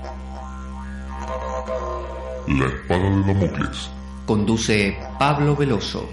La espada de Damocles. Conduce Pablo Veloso.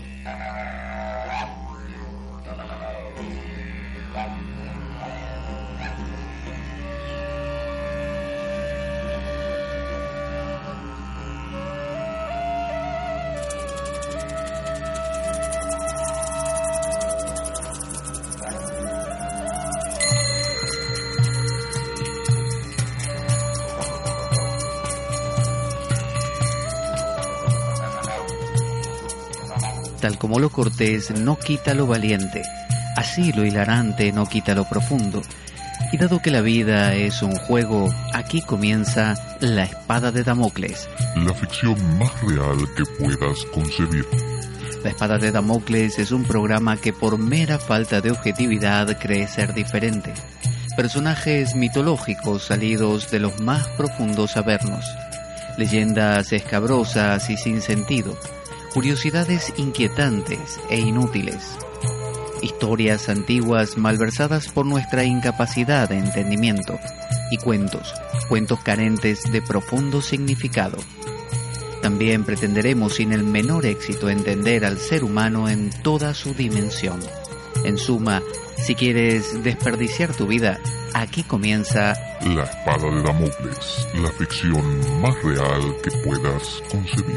Tal como lo cortés no quita lo valiente, así lo hilarante no quita lo profundo. Y dado que la vida es un juego, aquí comienza La Espada de Damocles. La ficción más real que puedas concebir. La Espada de Damocles es un programa que por mera falta de objetividad cree ser diferente. Personajes mitológicos salidos de los más profundos avernos. Leyendas escabrosas y sin sentido. Curiosidades inquietantes e inútiles. Historias antiguas malversadas por nuestra incapacidad de entendimiento. Y cuentos carentes de profundo significado. También pretenderemos sin el menor éxito entender al ser humano en toda su dimensión. En suma, si quieres desperdiciar tu vida, aquí comienza La Espada de Damocles, la ficción más real que puedas concebir.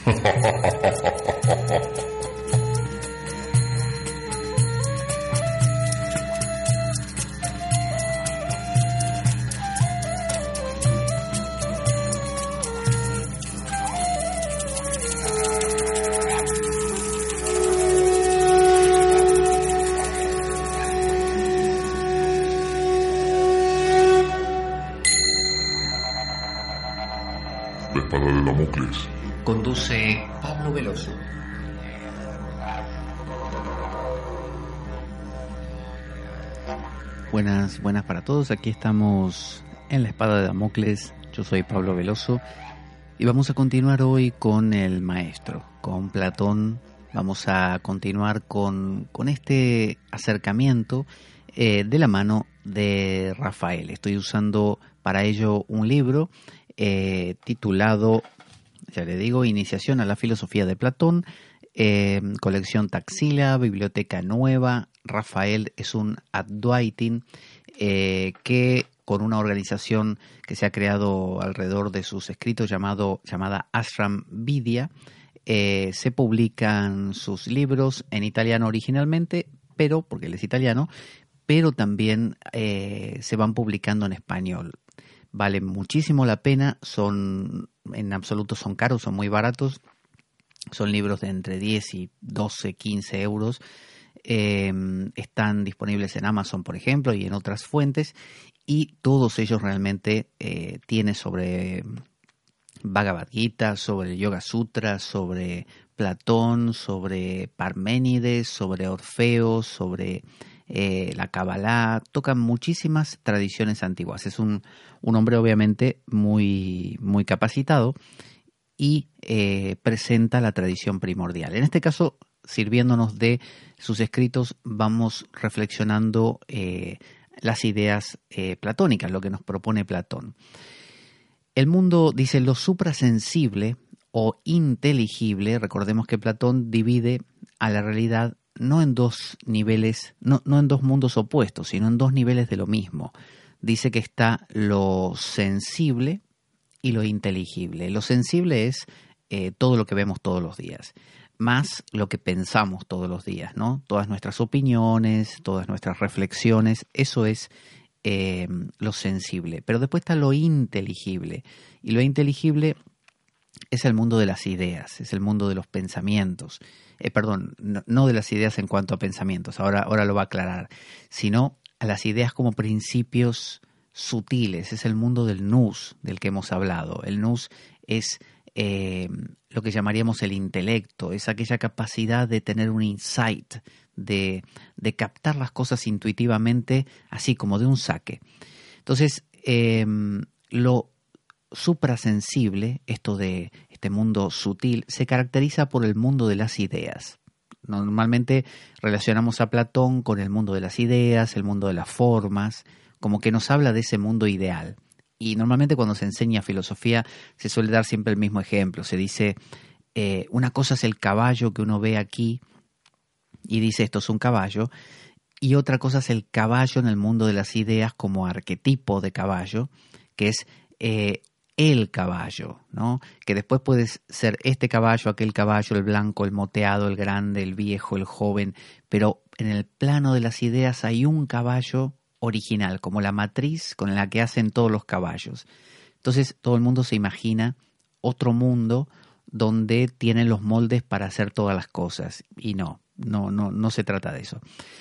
La Espada de Damocles. Conduce Pablo Veloso. Buenas para todos. Aquí estamos en La Espada de Damocles. Yo soy Pablo Veloso y vamos a continuar hoy con el maestro, con Platón. Vamos a continuar con este acercamiento de la mano de Rafael. Estoy usando para ello un libro titulado, ya le digo, Iniciación a la Filosofía de Platón, colección Taxila, Biblioteca Nueva. Rafael es un Advaitin que con una organización que se ha creado alrededor de sus escritos llamada Ashram Vidya, se publican sus libros en italiano originalmente, pero porque él es italiano, pero también se van publicando en español. Vale muchísimo la pena, en absoluto son caros, son muy baratos, son libros de entre 10 y 12, 15 euros, están disponibles en Amazon, por ejemplo, y en otras fuentes, y todos ellos realmente tienen sobre Bhagavad Gita, sobre el Yoga Sutra, sobre Platón, sobre Parménides, sobre Orfeo, sobre la Kabbalah. Tocan muchísimas tradiciones antiguas. Es un hombre obviamente muy, muy capacitado y presenta la tradición primordial. En este caso, sirviéndonos de sus escritos, vamos reflexionando las ideas platónicas, lo que nos propone Platón. El mundo, dice, lo suprasensible o inteligible. Recordemos que Platón divide a la realidad no en dos niveles, no en dos mundos opuestos, sino en dos niveles de lo mismo. Dice que está lo sensible y lo inteligible. Lo sensible es todo lo que vemos todos los días, más lo que pensamos todos los días, ¿no? Todas nuestras opiniones, todas nuestras reflexiones, eso es lo sensible. Pero después está lo inteligible, y lo inteligible es el mundo de las ideas, es el mundo de los pensamientos. No de las ideas en cuanto a pensamientos, ahora lo va a aclarar, sino a las ideas como principios sutiles. Es el mundo del nous del que hemos hablado. El nous es lo que llamaríamos el intelecto, es aquella capacidad de tener un insight, de captar las cosas intuitivamente, así como de un saque. Entonces, lo suprasensible, esto de este mundo sutil, se caracteriza por el mundo de las ideas. Normalmente relacionamos a Platón con el mundo de las ideas, el mundo de las formas, como que nos habla de ese mundo ideal. Y normalmente cuando se enseña filosofía se suele dar siempre el mismo ejemplo. Se dice, una cosa es el caballo que uno ve aquí y dice esto es un caballo, y otra cosa es el caballo en el mundo de las ideas como arquetipo de caballo, que es el caballo, ¿no? Que después puede ser este caballo, aquel caballo, el blanco, el moteado, el grande, el viejo, el joven, pero en el plano de las ideas hay un caballo original, como la matriz con la que hacen todos los caballos. Entonces todo el mundo se imagina otro mundo donde tienen los moldes para hacer todas las cosas, y no se trata de eso.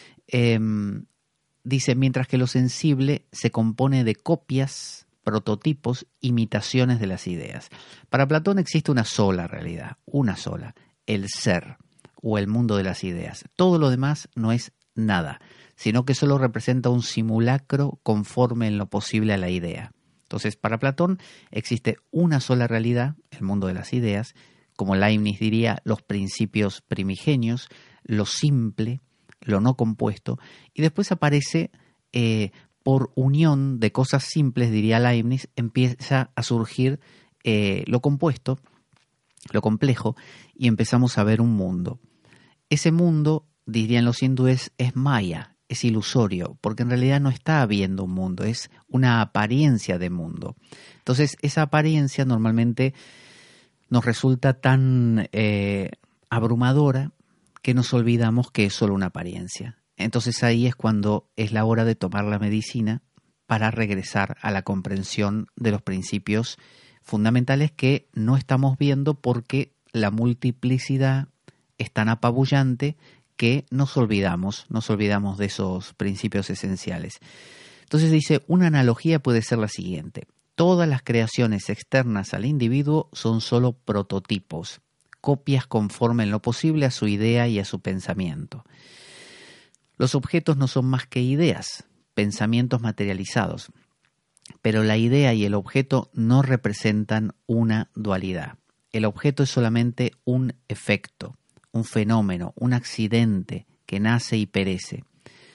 Dice, mientras que lo sensible se compone de copias, prototipos, imitaciones de las ideas. Para Platón existe una sola realidad, una sola, el ser o el mundo de las ideas. Todo lo demás no es nada, sino que solo representa un simulacro conforme en lo posible a la idea. Entonces, para Platón existe una sola realidad, el mundo de las ideas, como Leibniz diría, los principios primigenios, lo simple, lo no compuesto, y después aparece, por unión de cosas simples, diría Leibniz, empieza a surgir lo compuesto, lo complejo, y empezamos a ver un mundo. Ese mundo, dirían los hindúes, es maya, es ilusorio, porque en realidad no está habiendo un mundo, es una apariencia de mundo. Entonces, esa apariencia normalmente nos resulta tan abrumadora que nos olvidamos que es solo una apariencia. Entonces ahí es cuando es la hora de tomar la medicina para regresar a la comprensión de los principios fundamentales que no estamos viendo porque la multiplicidad es tan apabullante que nos olvidamos de esos principios esenciales. Entonces dice, una analogía puede ser la siguiente. Todas las creaciones externas al individuo son solo prototipos, copias conforme en lo posible a su idea y a su pensamiento. Los objetos no son más que ideas, pensamientos materializados, pero la idea y el objeto no representan una dualidad. El objeto es solamente un efecto, un fenómeno, un accidente que nace y perece.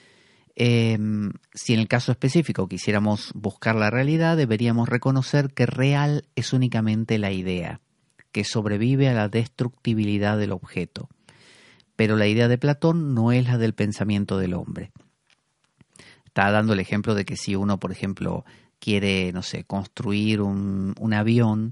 Si en el caso específico quisiéramos buscar la realidad, deberíamos reconocer que real es únicamente la idea, que sobrevive a la destructibilidad del objeto. Pero la idea de Platón no es la del pensamiento del hombre. Está dando el ejemplo de que si uno, por ejemplo, quiere, construir un avión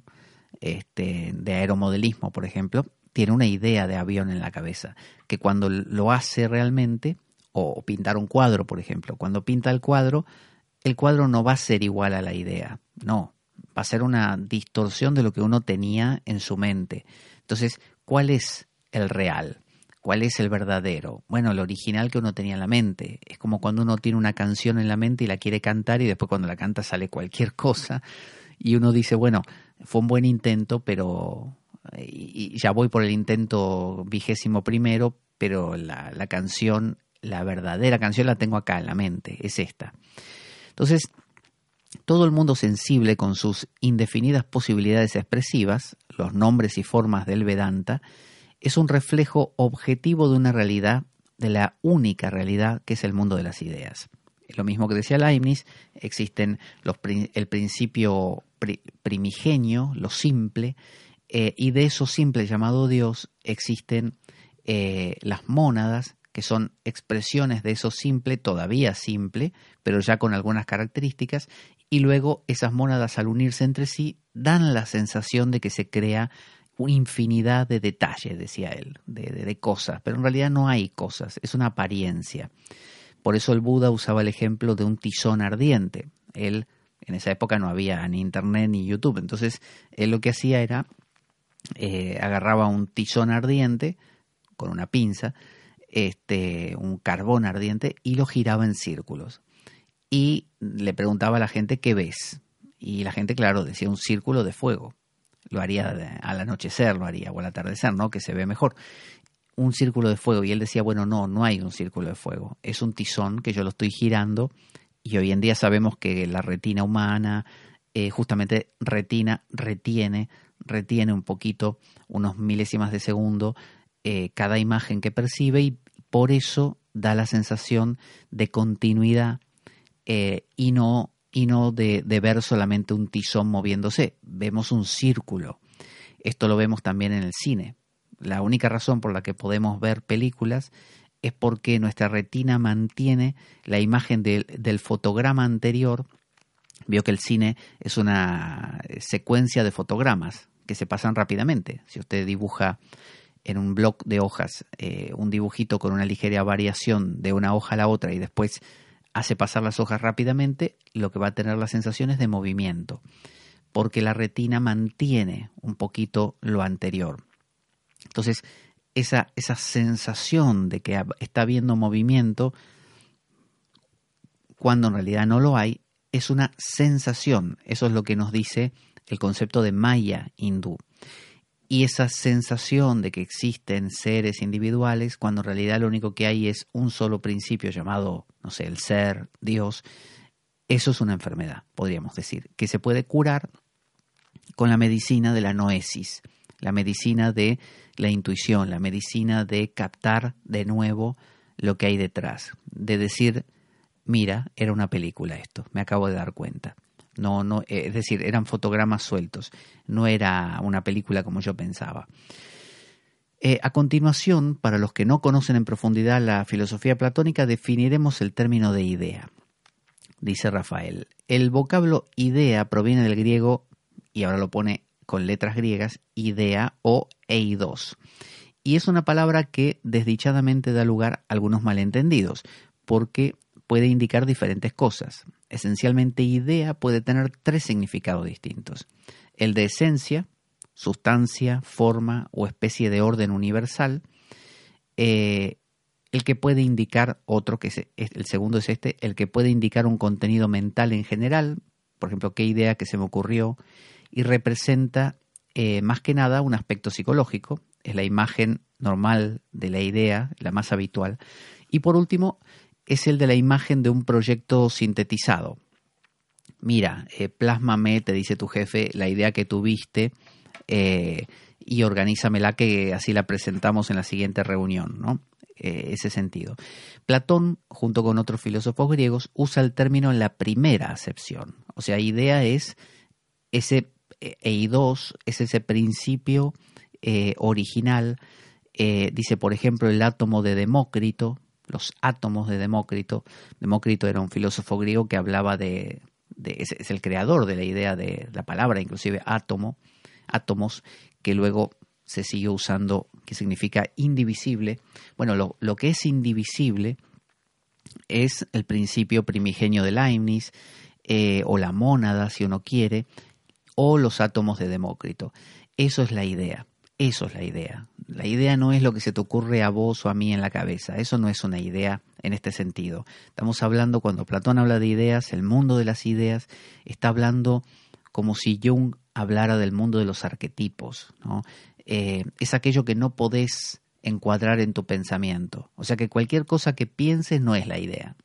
de aeromodelismo, por ejemplo, tiene una idea de avión en la cabeza, que cuando lo hace realmente, o pintar un cuadro, por ejemplo, cuando pinta el cuadro no va a ser igual a la idea, no. Va a ser una distorsión de lo que uno tenía en su mente. Entonces, ¿cuál es el real? ¿Cuál es el verdadero? Bueno, el original que uno tenía en la mente. Es como cuando uno tiene una canción en la mente y la quiere cantar y después cuando la canta sale cualquier cosa. Y uno dice, bueno, fue un buen intento, pero... Y ya voy por el intento 21º, pero la canción, la verdadera canción la tengo acá en la mente, es esta. Entonces... todo el mundo sensible con sus indefinidas posibilidades expresivas, los nombres y formas del Vedanta, es un reflejo objetivo de una realidad, de la única realidad que es el mundo de las ideas. Lo mismo que decía Leibniz, existen el principio primigenio, lo simple, y de eso simple llamado Dios existen las mónadas, que son expresiones de eso simple, todavía simple, pero ya con algunas características, y luego esas mónadas al unirse entre sí dan la sensación de que se crea una infinidad de detalles, decía él, de cosas, pero en realidad no hay cosas, es una apariencia. Por eso el Buda usaba el ejemplo de un tizón ardiente. Él, en esa época no había ni internet ni YouTube, entonces él lo que hacía era, agarraba un tizón ardiente con una pinza, un carbón ardiente, y lo giraba en círculos. Y le preguntaba a la gente, ¿qué ves? Y la gente, claro, decía un círculo de fuego. Lo haría al anochecer, lo haría, o al atardecer, ¿no? Que se ve mejor. Un círculo de fuego. Y él decía, bueno, no hay un círculo de fuego. Es un tizón que yo lo estoy girando. Y hoy en día sabemos que la retina humana, justamente retiene un poquito, unos milésimas de segundo, cada imagen que percibe, y por eso da la sensación de continuidad y no y no de ver solamente un tizón moviéndose. Vemos un círculo. Esto lo vemos también en el cine. La única razón por la que podemos ver películas es porque nuestra retina mantiene la imagen del fotograma anterior. Vio que el cine es una secuencia de fotogramas que se pasan rápidamente. Si usted dibuja en un bloc de hojas un dibujito con una ligera variación de una hoja a la otra y después hace pasar las hojas rápidamente, lo que va a tener la sensación es de movimiento, porque la retina mantiene un poquito lo anterior. Entonces, esa sensación de que está habiendo movimiento, cuando en realidad no lo hay, es una sensación. Eso es lo que nos dice el concepto de Maya hindú. Y esa sensación de que existen seres individuales, cuando en realidad lo único que hay es un solo principio llamado, no sé, el ser, Dios, eso es una enfermedad, podríamos decir, que se puede curar con la medicina de la noesis, la medicina de la intuición, la medicina de captar de nuevo lo que hay detrás, de decir, mira, era una película esto, me acabo de dar cuenta. No, es decir, eran fotogramas sueltos, no era una película como yo pensaba. A continuación, para los que no conocen en profundidad la filosofía platónica, definiremos el término de idea. Dice Rafael, el vocablo idea proviene del griego, y ahora lo pone con letras griegas, idea o eidos. Y es una palabra que desdichadamente da lugar a algunos malentendidos, porque puede indicar diferentes cosas. Esencialmente, idea puede tener tres significados distintos. El de esencia, sustancia, forma o especie de orden universal. El que puede indicar otro, el segundo es el que puede indicar un contenido mental en general, por ejemplo, qué idea que se me ocurrió, y representa más que nada un aspecto psicológico, es la imagen normal de la idea, la más habitual. Y por último, es el de la imagen de un proyecto sintetizado. Mira, plásmame, te dice tu jefe, la idea que tuviste y organízamela que así la presentamos en la siguiente reunión, ¿no? Ese sentido. Platón, junto con otros filósofos griegos, usa el término en la primera acepción. O sea, idea es ese eidos, es ese principio original. Dice, por ejemplo, el átomo de Demócrito, los átomos de Demócrito. Demócrito era un filósofo griego que hablaba es el creador de la idea de la palabra, inclusive átomos, que luego se siguió usando, que significa indivisible. Bueno, lo que es indivisible es el principio primigenio de Leibniz, o la mónada, si uno quiere, o los átomos de Demócrito. Eso es la idea. Eso es la idea. La idea no es lo que se te ocurre a vos o a mí en la cabeza. Eso no es una idea en este sentido. Estamos hablando, cuando Platón habla de ideas, el mundo de las ideas, está hablando como si Jung hablara del mundo de los arquetipos, ¿no? Es aquello que no podés encuadrar en tu pensamiento. O sea que cualquier cosa que pienses no es la idea.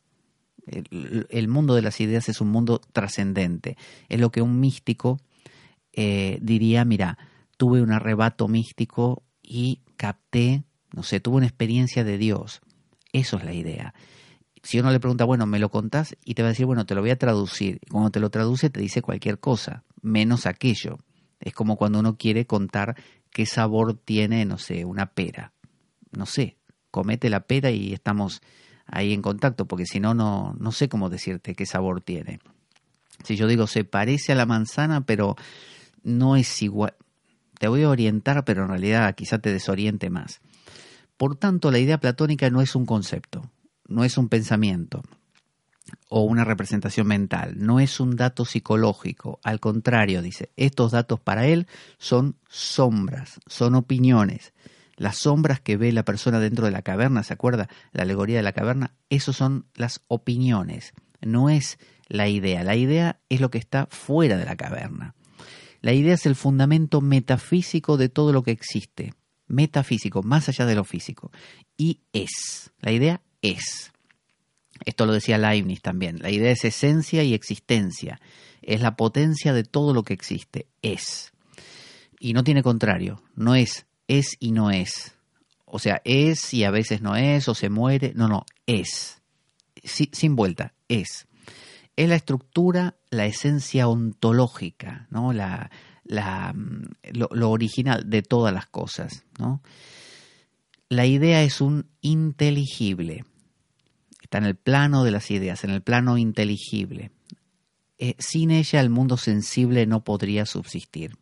El mundo de las ideas es un mundo trascendente. Es lo que un místico diría, mira, tuve un arrebato místico y capté, no sé, tuve una experiencia de Dios. Eso es la idea. Si uno le pregunta, bueno, ¿me lo contás? Y te va a decir, bueno, te lo voy a traducir. Y cuando te lo traduce te dice cualquier cosa, menos aquello. Es como cuando uno quiere contar qué sabor tiene, no sé, una pera. No sé, comete la pera y estamos ahí en contacto, porque si no, no sé cómo decirte qué sabor tiene. Si yo digo, se parece a la manzana, pero no es igual. Te voy a orientar, pero en realidad quizá te desoriente más. Por tanto, la idea platónica no es un concepto, no es un pensamiento o una representación mental, no es un dato psicológico. Al contrario, dice, estos datos para él son sombras, son opiniones. Las sombras que ve la persona dentro de la caverna, ¿se acuerda? La alegoría de la caverna, esos son las opiniones, no es la idea. La idea es lo que está fuera de la caverna. La idea es el fundamento metafísico de todo lo que existe. Metafísico, más allá de lo físico. Y es. La idea es. Esto lo decía Leibniz también. La idea es esencia y existencia. Es la potencia de todo lo que existe. Es. Y no tiene contrario. No es y no es. O sea, es y a veces no es, o se muere. No, es. Sin vuelta, es. Es la estructura, la esencia ontológica, ¿no? Lo original de todas las cosas, ¿no? La idea es un inteligible. Está en el plano de las ideas, en el plano inteligible. Sin ella el mundo sensible no podría subsistir.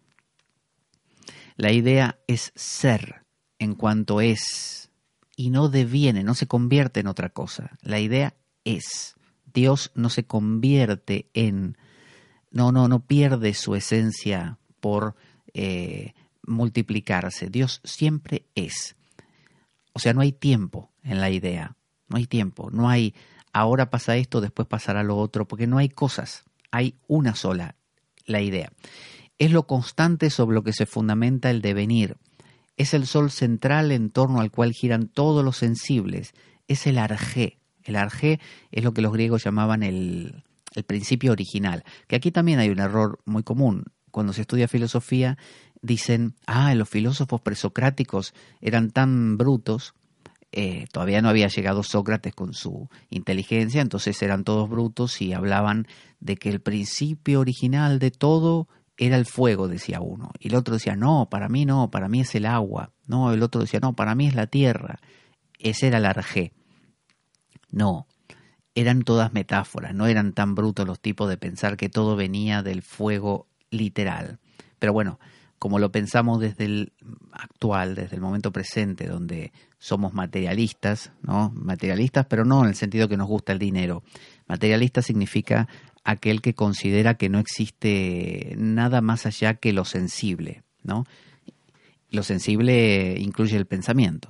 La idea es ser en cuanto es y no deviene, no se convierte en otra cosa. La idea es. Dios no se convierte en, no pierde su esencia por multiplicarse. Dios siempre es. O sea, no hay tiempo en la idea. No hay tiempo, no hay ahora pasa esto, después pasará lo otro, porque no hay cosas, hay una sola, la idea. Es lo constante sobre lo que se fundamenta el devenir. Es el sol central en torno al cual giran todos los sensibles. Es el arjé. El arjé es lo que los griegos llamaban el principio original. Que aquí también hay un error muy común. Cuando se estudia filosofía, dicen, los filósofos presocráticos eran tan brutos. Todavía no había llegado Sócrates con su inteligencia, entonces eran todos brutos y hablaban de que el principio original de todo era el fuego, decía uno. Y el otro decía, no, para mí es el agua. No, el otro decía, no, para mí es la tierra. Ese era el arjé. No, eran todas metáforas, no eran tan brutos los tipos de pensar que todo venía del fuego literal. Pero bueno, como lo pensamos desde el actual, desde el momento presente, donde somos materialistas, ¿no? Materialistas, pero no en el sentido que nos gusta el dinero. Materialista significa aquel que considera que no existe nada más allá que lo sensible, ¿no? Lo sensible incluye el pensamiento.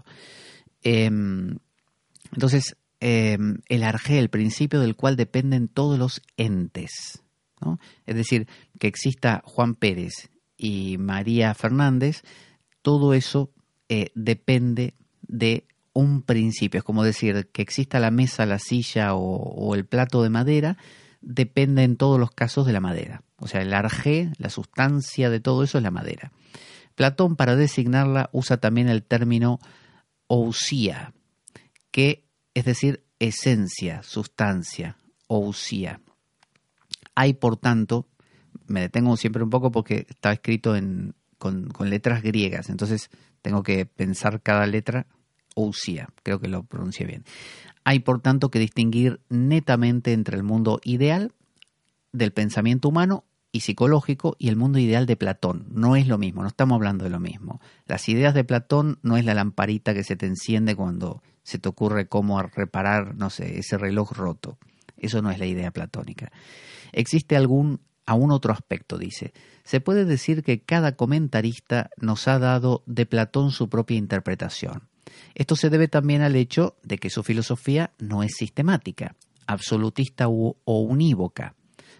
Entonces, el arjé, el principio del cual dependen todos los entes, ¿no? Es decir, que exista Juan Pérez y María Fernández, todo eso depende de un principio. Es como decir que exista la mesa, la silla o el plato de madera, depende en todos los casos de la madera. O sea, el arjé, la sustancia de todo eso es la madera. Platón, para designarla, usa también el término ousia, que es decir, esencia, sustancia, ousia. Hay, por tanto, me detengo siempre un poco porque está escrito con letras griegas, entonces tengo que pensar cada letra, ousia, creo que lo pronuncié bien. Hay, por tanto, que distinguir netamente entre el mundo ideal del pensamiento humano y psicológico y el mundo ideal de Platón. No es lo mismo, no estamos hablando de lo mismo. Las ideas de Platón no es la lamparita que se te enciende cuando se te ocurre cómo reparar, no sé, ese reloj roto. Eso no es la idea platónica. Existe aún otro aspecto, dice. Se puede decir que cada comentarista nos ha dado de Platón su propia interpretación. Esto se debe también al hecho de que su filosofía no es sistemática, absolutista o unívoca.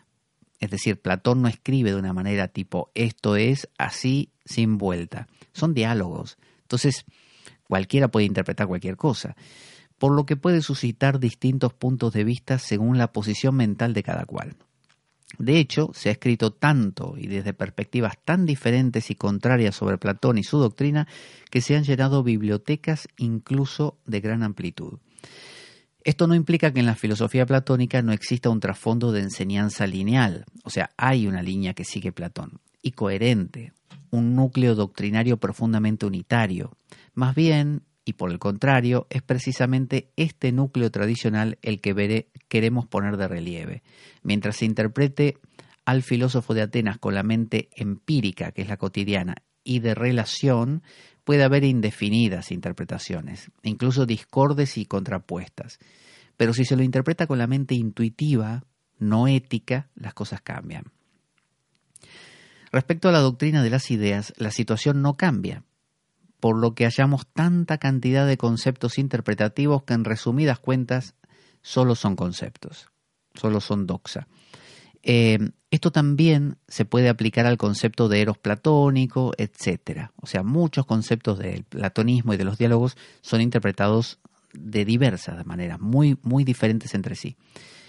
Es decir, Platón no escribe de una manera tipo esto es así sin vuelta. Son diálogos. Entonces, cualquiera puede interpretar cualquier cosa, por lo que puede suscitar distintos puntos de vista según la posición mental de cada cual. De hecho, se ha escrito tanto y desde perspectivas tan diferentes y contrarias sobre Platón y su doctrina que se han llenado bibliotecas incluso de gran amplitud. Esto no implica que en la filosofía platónica no exista un trasfondo de enseñanza lineal, o sea, hay una línea que sigue Platón, y coherente, un núcleo doctrinario profundamente unitario. Más bien, y por el contrario, es precisamente este núcleo tradicional el que queremos poner de relieve. Mientras se interprete al filósofo de Atenas con la mente empírica, que es la cotidiana, y de relación, puede haber indefinidas interpretaciones, incluso discordes y contrapuestas. Pero si se lo interpreta con la mente intuitiva, no ética, las cosas cambian. Respecto a la doctrina de las ideas, la situación no cambia, por lo que hallamos tanta cantidad de conceptos interpretativos que en resumidas cuentas solo son conceptos, solo son doxa. Esto también se puede aplicar al concepto de eros platónico, etc. O sea, muchos conceptos del platonismo y de los diálogos son interpretados de diversas maneras, muy, muy diferentes entre sí.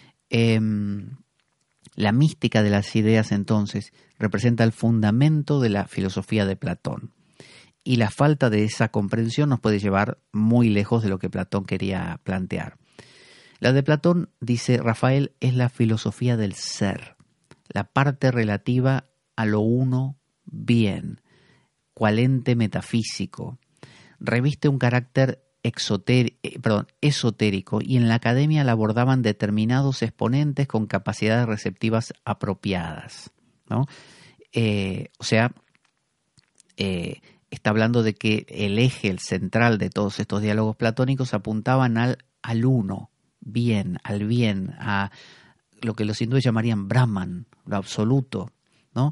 La mística de las ideas, entonces, representa el fundamento de la filosofía de Platón. Y la falta de esa comprensión nos puede llevar muy lejos de lo que Platón quería plantear. La de Platón, dice Rafael, es la filosofía del ser, la parte relativa a lo uno bien, cual ente metafísico. Reviste un carácter esotérico, y en la academia la abordaban determinados exponentes con capacidades receptivas apropiadas, ¿no? Está hablando de que el eje, el central de todos estos diálogos platónicos apuntaban al uno, bien, al bien, a lo que los hindúes llamarían Brahman, lo absoluto, ¿no?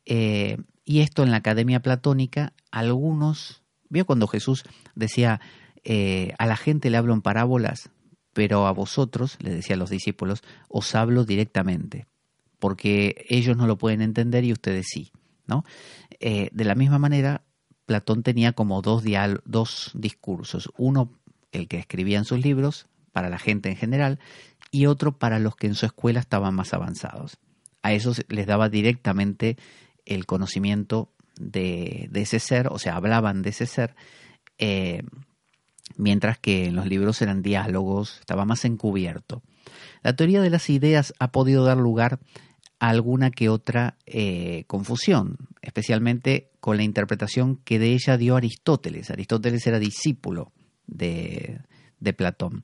Y esto en la academia platónica, algunos, ¿vio cuando Jesús decía, a la gente le hablo en parábolas, pero a vosotros, le decía a los discípulos, os hablo directamente, porque ellos no lo pueden entender y ustedes sí, ¿no? De la misma manera, Platón tenía como dos discursos, uno el que escribía en sus libros para la gente en general y otro para los que en su escuela estaban más avanzados. A esos les daba directamente el conocimiento de ese ser, o sea, hablaban de ese ser, mientras que en los libros eran diálogos, estaba más encubierto. La teoría de las ideas ha podido dar lugar a alguna que otra confusión, especialmente con la interpretación que de ella dio Aristóteles. Aristóteles era discípulo de Platón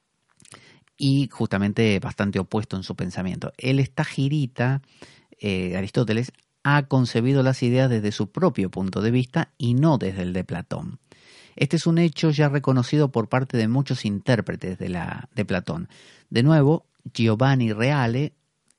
y justamente bastante opuesto en su pensamiento. El estagirita, Aristóteles, ha concebido las ideas desde su propio punto de vista y no desde el de Platón. Este es un hecho ya reconocido por parte de muchos intérpretes de Platón. De nuevo, Giovanni Reale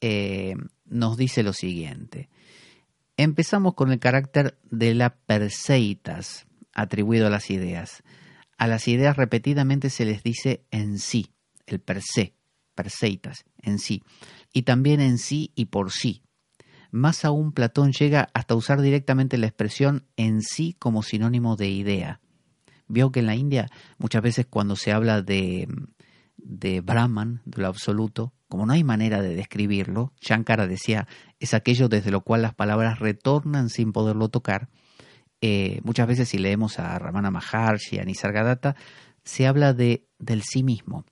nos dice lo siguiente. Empezamos con el carácter de la perseitas atribuido a las ideas. A las ideas repetidamente se les dice en sí, el per se, perseitas, en sí, y también en sí y por sí. Más aún, Platón llega hasta usar directamente la expresión en sí como sinónimo de idea. Vio que en la India muchas veces cuando se habla de Brahman, de lo absoluto, como no hay manera de describirlo, Shankara decía, es aquello desde lo cual las palabras retornan sin poderlo tocar. Muchas veces si leemos a Ramana Maharshi, a Nisargadatta, se habla del sí mismo,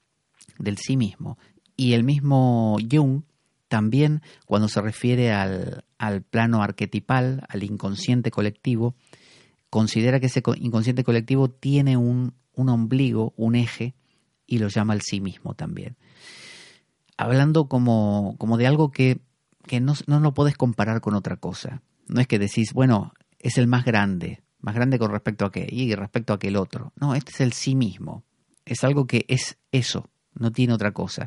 Y el mismo Jung también, cuando se refiere al plano arquetipal, al inconsciente colectivo, considera que ese inconsciente colectivo tiene un ombligo, un eje, y lo llama el sí mismo también. Hablando como de algo que no lo puedes comparar con otra cosa. No es que decís, bueno, es el más grande con respecto a qué, y respecto a aquel otro. No, este es el sí mismo. Es algo que es eso, no tiene otra cosa.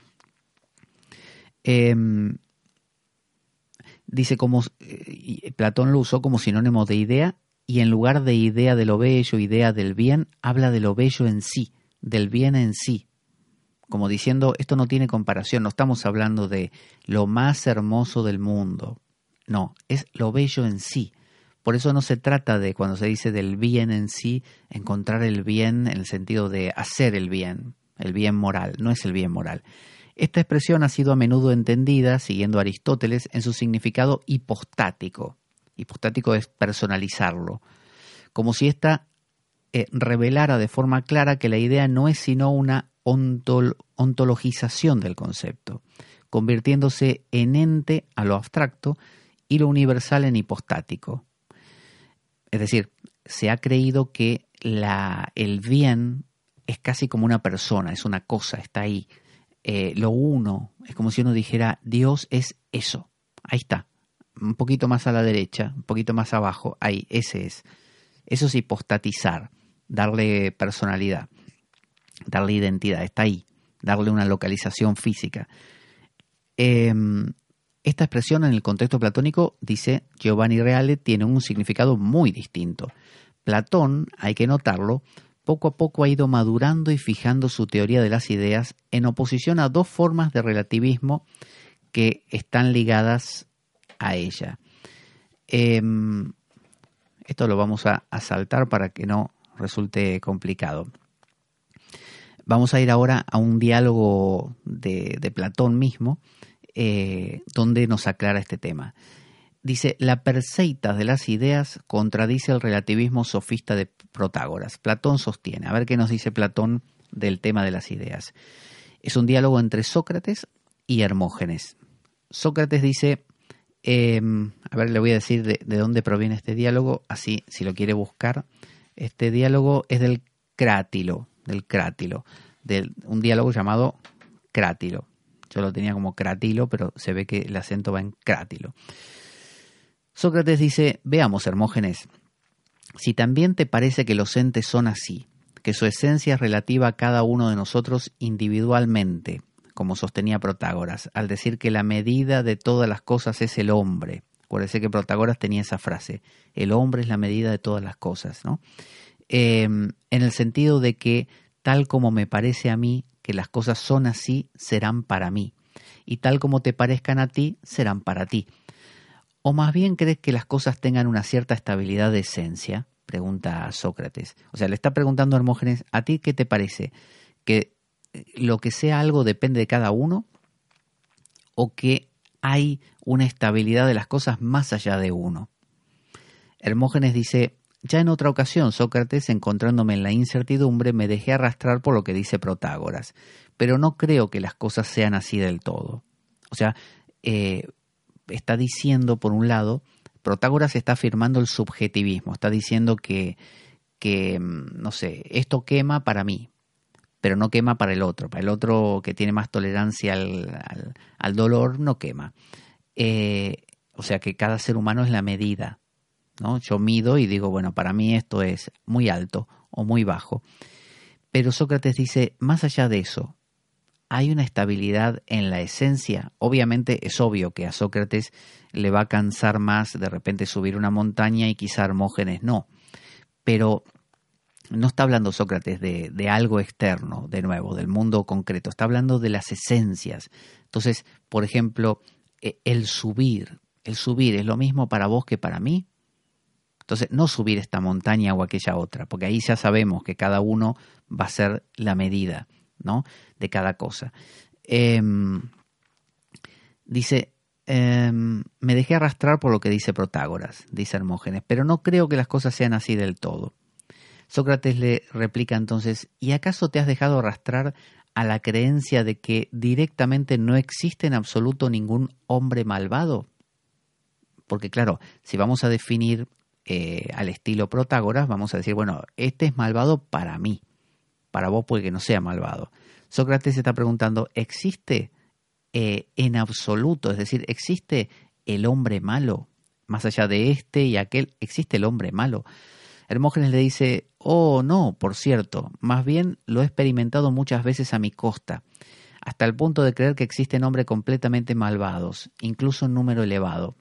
Dice Platón lo usó como sinónimo de idea, y en lugar de idea de lo bello, idea del bien, habla de lo bello en sí, del bien en sí. Como diciendo, esto no tiene comparación, no estamos hablando de lo más hermoso del mundo. No, es lo bello en sí. Por eso no se trata de, cuando se dice del bien en sí, encontrar el bien en el sentido de hacer el bien moral, no es el bien moral. Esta expresión ha sido a menudo entendida, siguiendo a Aristóteles, en su significado hipostático. Hipostático es personalizarlo, como si ésta revelara de forma clara que la idea no es sino una ontologización del concepto, convirtiéndose en ente a lo abstracto y lo universal en hipostático. Es decir, se ha creído que el bien es casi como una persona, es una cosa, está ahí. Lo uno, es como si uno dijera, Dios es eso, ahí está, un poquito más a la derecha, un poquito más abajo, ahí, ese es. Eso es hipostatizar, darle personalidad, darle identidad, está ahí, darle una localización física. Esta expresión en el contexto platónico, dice Giovanni Reale, tiene un significado muy distinto. Platón, hay que notarlo, poco a poco ha ido madurando y fijando su teoría de las ideas en oposición a dos formas de relativismo que están ligadas a ella. Esto lo vamos a saltar para que no resulte complicado. Vamos a ir ahora a un diálogo de Platón mismo, donde nos aclara este tema. Dice, la perseitas de las ideas contradice el relativismo sofista de Protágoras. Platón sostiene, a ver qué nos dice Platón del tema de las ideas. Es un diálogo entre Sócrates y Hermógenes. Sócrates dice, a ver, le voy a decir de dónde proviene este diálogo, así si lo quiere buscar. Este diálogo es del Crátilo, de un diálogo llamado Crátilo. Yo lo tenía como Cratilo, pero se ve que el acento va en Crátilo. Sócrates dice, veamos, Hermógenes, si también te parece que los entes son así, que su esencia es relativa a cada uno de nosotros individualmente, como sostenía Protágoras, al decir que la medida de todas las cosas es el hombre. Acuérdense que Protágoras tenía esa frase, el hombre es la medida de todas las cosas, ¿no? En el sentido de que tal como me parece a mí que las cosas son así, serán para mí, y tal como te parezcan a ti, serán para ti. ¿O más bien crees que las cosas tengan una cierta estabilidad de esencia? Pregunta Sócrates. O sea, le está preguntando a Hermógenes, ¿a ti qué te parece? ¿Que lo que sea algo depende de cada uno? ¿O que hay una estabilidad de las cosas más allá de uno? Hermógenes dice, ya en otra ocasión, Sócrates, encontrándome en la incertidumbre, me dejé arrastrar por lo que dice Protágoras, pero no creo que las cosas sean así del todo. O sea, está diciendo, por un lado, Protágoras está afirmando el subjetivismo, está diciendo que no sé, esto quema para mí, pero no quema para el otro que tiene más tolerancia al dolor, no quema. O sea que cada ser humano es la medida, ¿no? Yo mido y digo, bueno, para mí esto es muy alto o muy bajo. Pero Sócrates dice, más allá de eso, hay una estabilidad en la esencia. Obviamente es obvio que a Sócrates le va a cansar más de repente subir una montaña y quizá Hermógenes no. Pero no está hablando Sócrates de algo externo, de nuevo, del mundo concreto. Está hablando de las esencias. Entonces, por ejemplo, el subir es lo mismo para vos que para mí. Entonces, no subir esta montaña o aquella otra, porque ahí ya sabemos que cada uno va a ser la medida, ¿no?, de cada cosa. Dice, me dejé arrastrar por lo que dice Protágoras, dice Hermógenes, pero no creo que las cosas sean así del todo. Sócrates le replica entonces, ¿y acaso te has dejado arrastrar a la creencia de que directamente no existe en absoluto ningún hombre malvado? Porque claro, si vamos a definir al estilo Protágoras, vamos a decir, bueno, este es malvado para mí, para vos puede que no sea malvado. Sócrates está preguntando, ¿existe en absoluto, es decir, existe el hombre malo? Más allá de este y aquel, ¿existe el hombre malo? Hermógenes le dice, oh no, por cierto, más bien lo he experimentado muchas veces a mi costa, hasta el punto de creer que existen hombres completamente malvados, incluso en número elevado.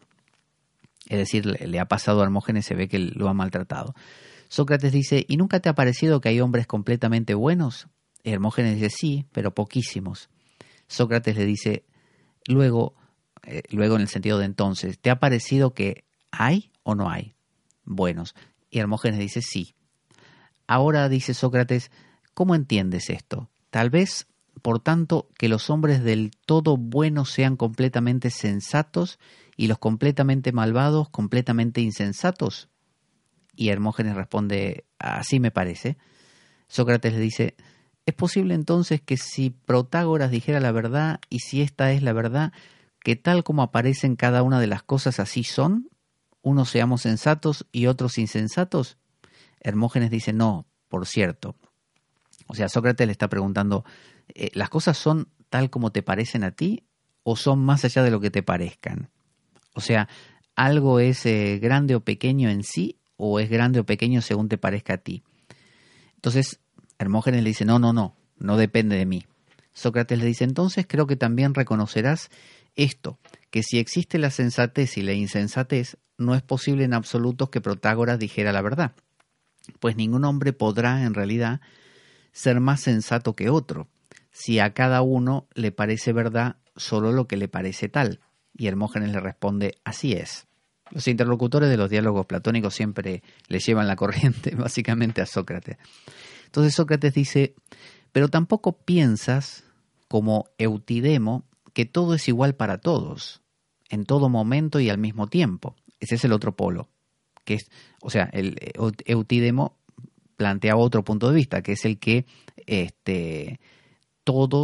Es decir, le ha pasado a Hermógenes, se ve que lo ha maltratado. Sócrates dice, ¿y nunca te ha parecido que hay hombres completamente buenos? Hermógenes dice, sí, pero poquísimos. Sócrates le dice, luego en el sentido de entonces, ¿te ha parecido que hay o no hay buenos? Y Hermógenes dice, sí. Ahora, dice Sócrates, ¿cómo entiendes esto? Tal vez, por tanto, que los hombres del todo buenos sean completamente sensatos y los completamente malvados completamente insensatos. Y Hermógenes responde, así me parece. Sócrates le dice, ¿es posible entonces que si Protágoras dijera la verdad y si esta es la verdad, que tal como aparecen cada una de las cosas así son, unos seamos sensatos y otros insensatos? Hermógenes dice, no, por cierto. O sea, Sócrates le está preguntando, ¿las cosas son tal como te parecen a ti o son más allá de lo que te parezcan? O sea, ¿algo es grande o pequeño en sí o es grande o pequeño según te parezca a ti? Entonces, Hermógenes le dice, no depende de mí. Sócrates le dice, entonces creo que también reconocerás esto, que si existe la sensatez y la insensatez, no es posible en absoluto que Protágoras dijera la verdad, pues ningún hombre podrá, en realidad, ser más sensato que otro, si a cada uno le parece verdad solo lo que le parece tal. Y Hermógenes le responde, así es. Los interlocutores de los diálogos platónicos siempre le llevan la corriente, básicamente, a Sócrates. Entonces Sócrates dice, pero tampoco piensas, como Eutidemo, que todo es igual para todos, en todo momento y al mismo tiempo. Ese es el otro polo, que es, o sea, el Eutidemo plantea otro punto de vista, que es el que todos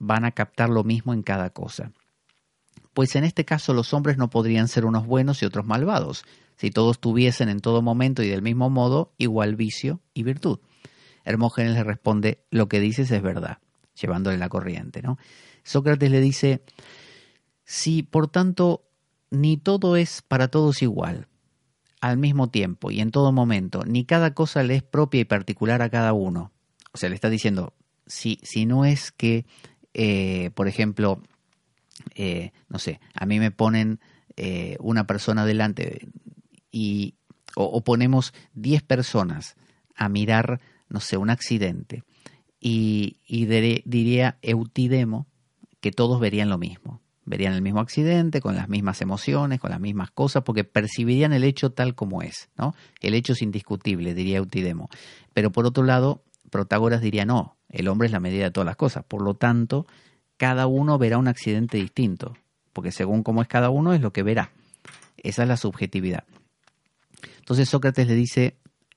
van a captar lo mismo en cada cosa. Pues en este caso los hombres no podrían ser unos buenos y otros malvados, si todos tuviesen en todo momento y del mismo modo igual vicio y virtud. Hermógenes le responde, lo que dices es verdad, llevándole la corriente, ¿no? Sócrates le dice, si por tanto ni todo es para todos igual, al mismo tiempo y en todo momento, ni cada cosa le es propia y particular a cada uno. O sea, le está diciendo, si no es que, por ejemplo, no sé, a mí me ponen una persona delante o ponemos 10 personas a mirar, no sé, un accidente y diría Eutidemo que todos verían lo mismo. Verían el mismo accidente, con las mismas emociones, con las mismas cosas, porque percibirían el hecho tal como es, ¿no? El hecho es indiscutible, diría Eutidemo. Pero por otro lado, Protágoras diría, no, el hombre es la medida de todas las cosas. Por lo tanto, cada uno verá un accidente distinto, porque según cómo es cada uno es lo que verá. Esa es la subjetividad. Entonces Sócrates le dice,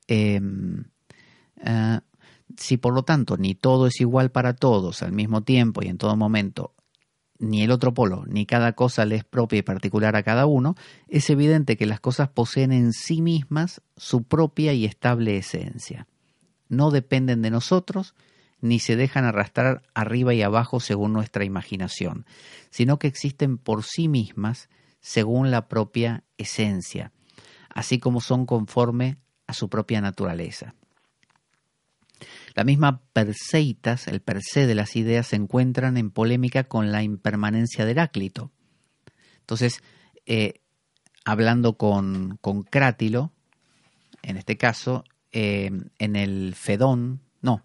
si por lo tanto ni todo es igual para todos al mismo tiempo y en todo momento, ni el otro polo, ni cada cosa le es propia y particular a cada uno, es evidente que las cosas poseen en sí mismas su propia y estable esencia. No dependen de nosotros, ni se dejan arrastrar arriba y abajo según nuestra imaginación, sino que existen por sí mismas según la propia esencia, así como son conforme a su propia naturaleza. La misma Perseitas, el per se de las ideas, se encuentran en polémica con la impermanencia de Heráclito. Entonces, hablando con Crátilo, en este caso, en el Fedón,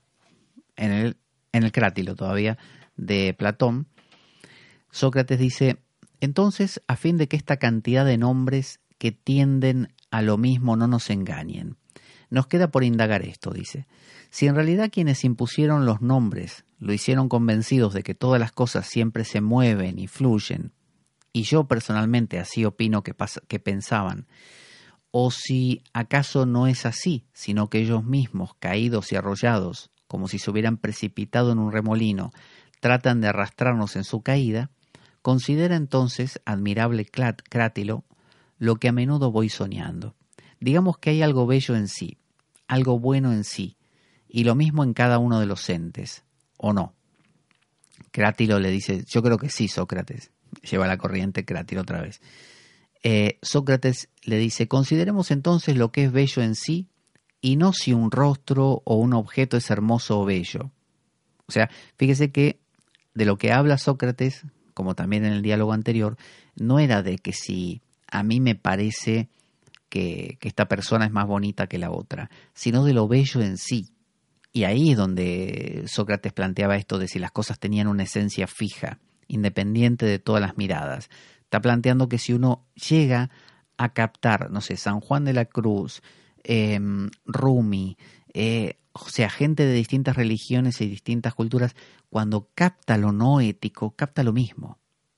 en el Crátilo todavía, de Platón, Sócrates dice, entonces, a fin de que esta cantidad de nombres que tienden a lo mismo no nos engañen, nos queda por indagar esto, dice. Si en realidad quienes impusieron los nombres lo hicieron convencidos de que todas las cosas siempre se mueven y fluyen, y yo personalmente así opino que pensaban, o si acaso no es así, sino que ellos mismos, caídos y arrollados, como si se hubieran precipitado en un remolino, tratan de arrastrarnos en su caída, considera entonces, admirable Crátilo, lo que a menudo voy soñando. Digamos que hay algo bello en sí, algo bueno en sí, y lo mismo en cada uno de los entes, ¿o no? Crátilo le dice, yo creo que sí, Sócrates. Lleva la corriente Crátilo otra vez. Sócrates le dice, consideremos entonces lo que es bello en sí, y no si un rostro o un objeto es hermoso o bello. O sea, fíjese que de lo que habla Sócrates, como también en el diálogo anterior, no era de que si a mí me parece que esta persona es más bonita que la otra, sino de lo bello en sí. Y ahí es donde Sócrates planteaba esto de si las cosas tenían una esencia fija, independiente de todas las miradas. Está planteando que si uno llega a captar, no sé, San Juan de la Cruz, Rumi, o sea, gente de distintas religiones y distintas culturas, cuando capta lo no ético, capta lo mismo.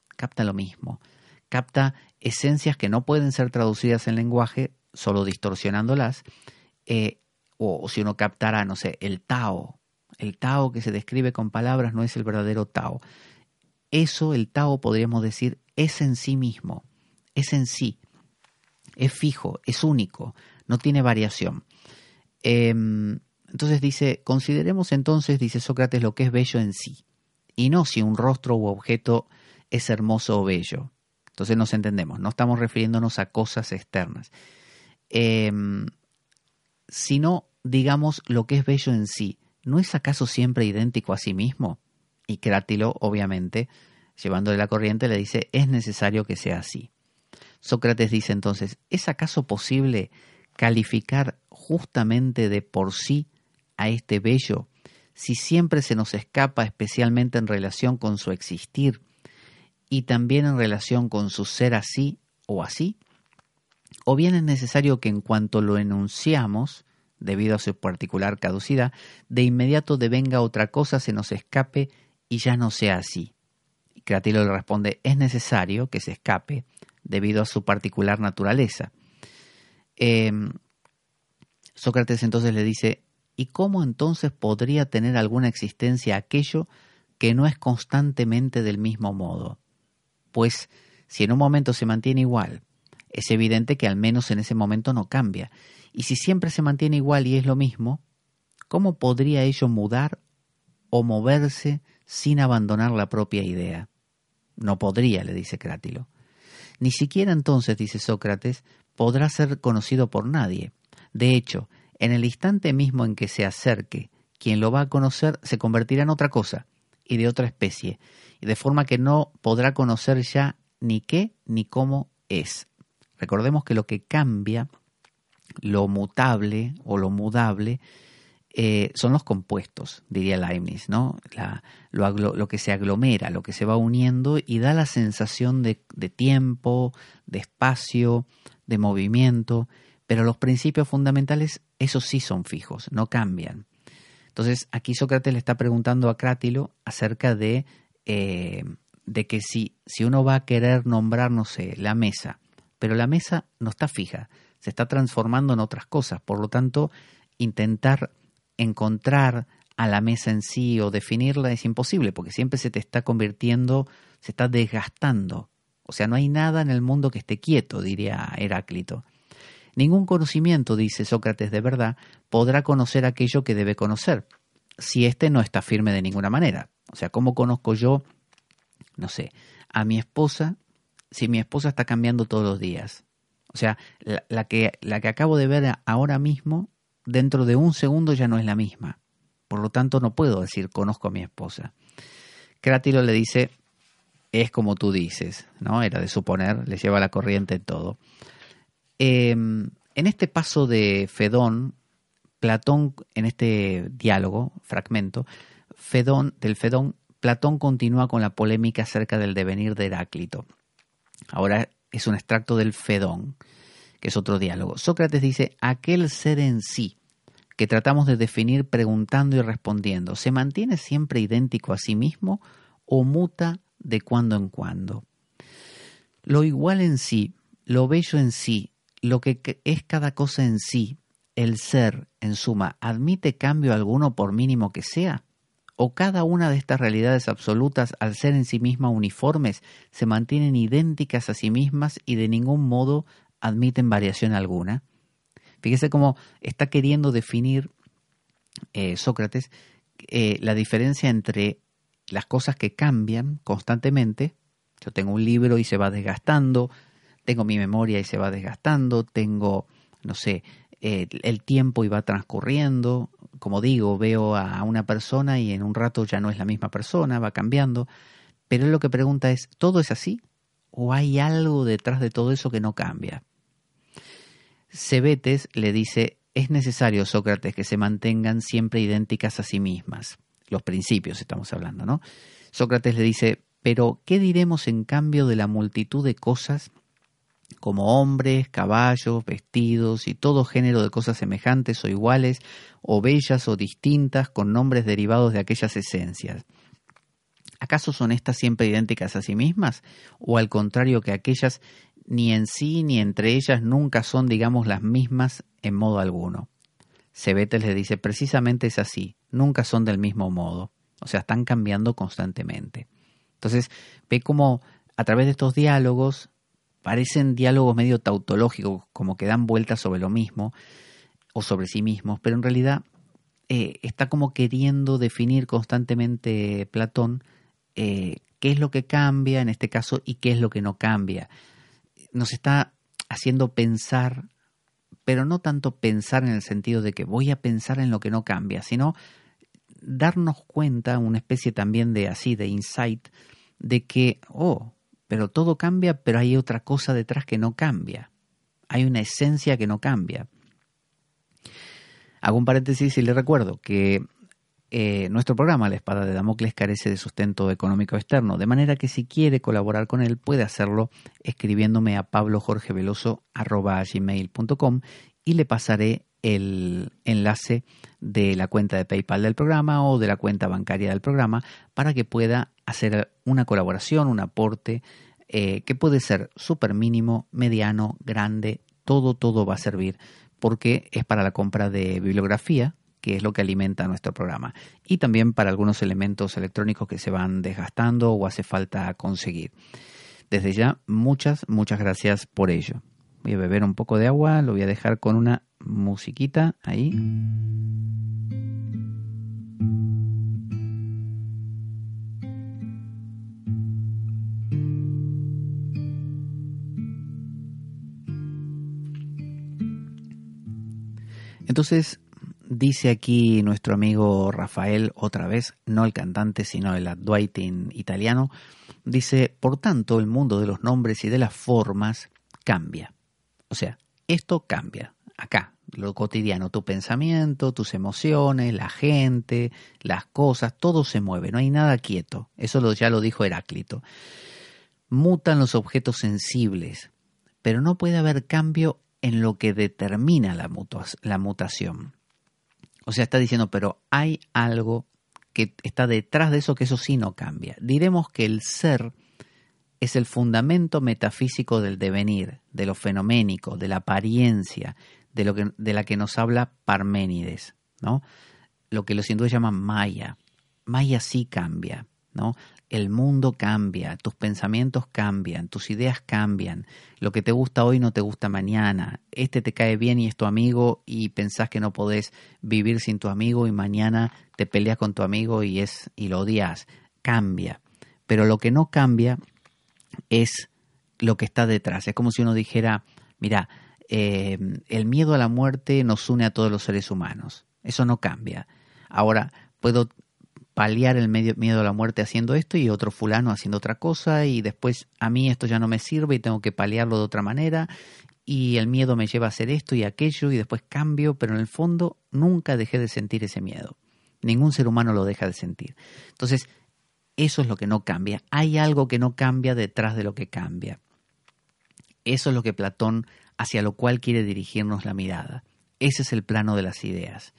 Capta esencias que no pueden ser traducidas en lenguaje, solo distorsionándolas, o si uno captara, no sé, el Tao que se describe con palabras no es el verdadero Tao. Eso, el Tao, podríamos decir, es en sí mismo, es en sí, es fijo, es único, no tiene variación. Entonces dice, consideremos entonces, dice Sócrates, lo que es bello en sí, y no si un rostro u objeto es hermoso o bello. Entonces nos entendemos, no estamos refiriéndonos a cosas externas, sino, digamos, lo que es bello en sí. ¿No es acaso siempre idéntico a sí mismo? Y Crátilo, obviamente, llevándole la corriente, le dice, es necesario que sea así. Sócrates dice entonces, ¿es acaso posible calificar justamente de por sí a este bello si siempre se nos escapa, especialmente en relación con su existir y también en relación con su ser así o así? ¿O bien es necesario que en cuanto lo enunciamos, debido a su particular caducidad, de inmediato devenga otra cosa, se nos escape y ya no sea así? Y Crátilo le responde, es necesario que se escape debido a su particular naturaleza. Sócrates entonces le dice, ¿y cómo entonces podría tener alguna existencia aquello que no es constantemente del mismo modo. Pues si en un momento se mantiene igual, es evidente que al menos en ese momento no cambia. Y si siempre se mantiene igual y es lo mismo, ¿cómo podría ello mudar o moverse sin abandonar la propia idea? No podría, le dice Crátilo. Ni siquiera entonces, dice Sócrates, podrá ser conocido por nadie. De hecho, en el instante mismo en que se acerque, quien lo va a conocer se convertirá en otra cosa y de otra especie, y de forma que no podrá conocer ya ni qué ni cómo es. Recordemos que lo que cambia, lo mutable o lo mudable, son los compuestos, diría Leibniz, ¿no? Lo que se aglomera, lo que se va uniendo y da la sensación de tiempo, de espacio, de movimiento, pero los principios fundamentales, esos sí son fijos, no cambian. Entonces, aquí Sócrates le está preguntando a Crátilo acerca de que si uno va a querer nombrar, no sé, la mesa, pero la mesa no está fija, se está transformando en otras cosas, por lo tanto, intentar encontrar a la mesa en sí o definirla es imposible, porque siempre se te está convirtiendo, se está desgastando. O sea, no hay nada en el mundo que esté quieto, diría Heráclito. Ningún conocimiento, dice Sócrates, de verdad, podrá conocer aquello que debe conocer, si éste no está firme de ninguna manera. O sea, ¿cómo conozco yo, no sé, a mi esposa, si mi esposa está cambiando todos los días? O sea, la que acabo de ver ahora mismo, dentro de un segundo ya no es la misma. Por lo tanto, no puedo decir conozco a mi esposa. Crátilo le dice, es como tú dices, ¿no? Era de suponer, le lleva la corriente en todo. En este paso de Fedón, Platón, en este diálogo, fragmento, del Fedón, Platón continúa con la polémica acerca del devenir de Heráclito. Ahora es un extracto del Fedón, que es otro diálogo. Sócrates dice, aquel ser en sí que tratamos de definir preguntando y respondiendo, ¿se mantiene siempre idéntico a sí mismo o muta de cuando en cuando? Lo igual en sí, lo bello en sí, lo que es cada cosa en sí, el ser, en suma, ¿admite cambio alguno por mínimo que sea? ¿O cada una de estas realidades absolutas, al ser en sí mismas uniformes, se mantienen idénticas a sí mismas y de ningún modo admiten variación alguna? Fíjese cómo está queriendo definir Sócrates la diferencia entre las cosas que cambian constantemente. Yo tengo un libro y se va desgastando, tengo mi memoria y se va desgastando, tengo, no sé, el tiempo y va transcurriendo. Como digo, veo a una persona y en un rato ya no es la misma persona, va cambiando. Pero él lo que pregunta es, ¿todo es así? ¿O hay algo detrás de todo eso que no cambia? Cebetes le dice, es necesario, Sócrates, que se mantengan siempre idénticas a sí mismas. Los principios estamos hablando, ¿no? Sócrates le dice, pero ¿qué diremos en cambio de la multitud de cosas como hombres, caballos, vestidos y todo género de cosas semejantes o iguales, o bellas o distintas, con nombres derivados de aquellas esencias? ¿Acaso son estas siempre idénticas a sí mismas? ¿O al contrario que aquellas ni en sí ni entre ellas nunca son, digamos, las mismas en modo alguno? Cebetes le dice, precisamente es así, nunca son del mismo modo, o sea, están cambiando constantemente. Entonces, ve cómo a través de estos diálogos, parecen diálogos medio tautológicos, como que dan vueltas sobre lo mismo o sobre sí mismos, pero en realidad está como queriendo definir constantemente Platón qué es lo que cambia en este caso y qué es lo que no cambia. Nos está haciendo pensar, pero no tanto pensar en el sentido de que voy a pensar en lo que no cambia, sino darnos cuenta, una especie también de insight, de que, pero todo cambia, pero hay otra cosa detrás que no cambia. Hay una esencia que no cambia. Hago un paréntesis y le recuerdo que nuestro programa La Espada de Damocles carece de sustento económico externo, de manera que si quiere colaborar con él puede hacerlo escribiéndome a pablojorgeveloso@gmail.com y le pasaré el enlace de la cuenta de PayPal del programa o de la cuenta bancaria del programa para que pueda hacer una colaboración, un aporte que puede ser súper mínimo, mediano, grande, todo va a servir porque es para la compra de bibliografía que es lo que alimenta nuestro programa. Y también para algunos elementos electrónicos que se van desgastando o hace falta conseguir. Desde ya, muchas gracias por ello. Voy a beber un poco de agua, lo voy a dejar con una musiquita ahí. Entonces, dice aquí nuestro amigo Rafael, otra vez, no el cantante, sino el adwaiting italiano, dice, por tanto, el mundo de los nombres y de las formas cambia. O sea, esto cambia. Acá, lo cotidiano, tu pensamiento, tus emociones, la gente, las cosas, todo se mueve, no hay nada quieto. Eso ya lo dijo Heráclito. Mutan los objetos sensibles, pero no puede haber cambio en lo que determina la mutación. O sea, está diciendo, pero hay algo que está detrás de eso, que eso sí no cambia. Diremos que el ser es el fundamento metafísico del devenir, de lo fenoménico, de la apariencia, de la que nos habla Parménides, ¿no? Lo que los hindúes llaman Maya. Maya sí cambia, ¿no? El mundo cambia, tus pensamientos cambian, tus ideas cambian. Lo que te gusta hoy no te gusta mañana. Este te cae bien y es tu amigo y pensás que no podés vivir sin tu amigo y mañana te peleas con tu amigo y lo odias. Cambia. Pero lo que no cambia es lo que está detrás. Es como si uno dijera, mira, el miedo a la muerte nos une a todos los seres humanos. Eso no cambia. Ahora, puedo paliar el miedo a la muerte haciendo esto y otro fulano haciendo otra cosa y después a mí esto ya no me sirve y tengo que paliarlo de otra manera y el miedo me lleva a hacer esto y aquello y después cambio, pero en el fondo nunca dejé de sentir ese miedo. Ningún ser humano lo deja de sentir. Entonces, eso es lo que no cambia. Hay algo que no cambia detrás de lo que cambia. Eso es lo que Platón, hacia lo cual quiere dirigirnos la mirada. Ese es el plano de las ideas.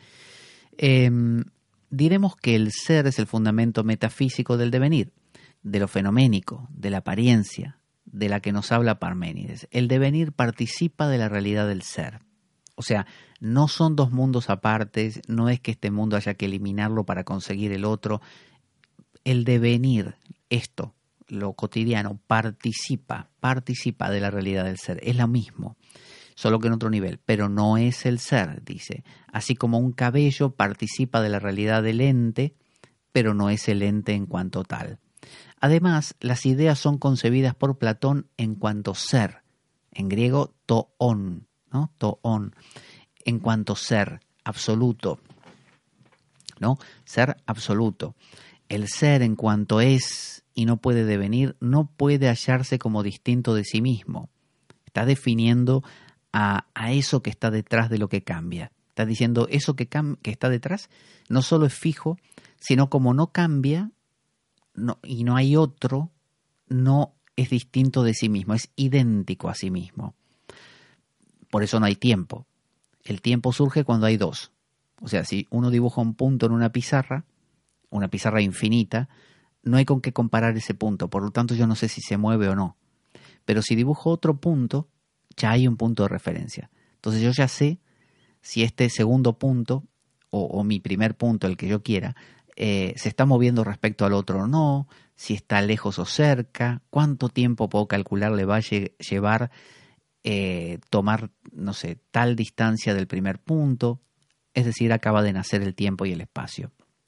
Diremos que el ser es el fundamento metafísico del devenir, de lo fenoménico, de la apariencia, de la que nos habla Parménides. El devenir participa de la realidad del ser. O sea, no son dos mundos apartes, no es que este mundo haya que eliminarlo para conseguir el otro. El devenir, esto, lo cotidiano, participa de la realidad del ser. Es lo mismo, solo que en otro nivel, pero no es el ser, dice. Así como un cabello participa de la realidad del ente, pero no es el ente en cuanto tal. Además, las ideas son concebidas por Platón en cuanto ser, en griego toon, ¿no? Toon, en cuanto ser, absoluto, ¿no? Ser absoluto. El ser en cuanto es y no puede devenir, no puede hallarse como distinto de sí mismo. Está definiendo a eso que está detrás de lo que cambia. Está diciendo eso que está detrás no solo es fijo, sino como no cambia y no hay otro, no es distinto de sí mismo, es idéntico a sí mismo. Por eso no hay tiempo. El tiempo surge cuando hay dos. O sea, si uno dibuja un punto en una pizarra infinita, no hay con qué comparar ese punto. Por lo tanto, yo no sé si se mueve o no. Pero si dibujo otro punto, ya hay un punto de referencia. Entonces yo ya sé si este segundo punto o mi primer punto, el que yo quiera, se está moviendo respecto al otro o no, si está lejos o cerca, cuánto tiempo puedo calcular le va a llevar tomar, no sé, tal distancia del primer punto. Es decir, acaba de nacer el tiempo y el espacio.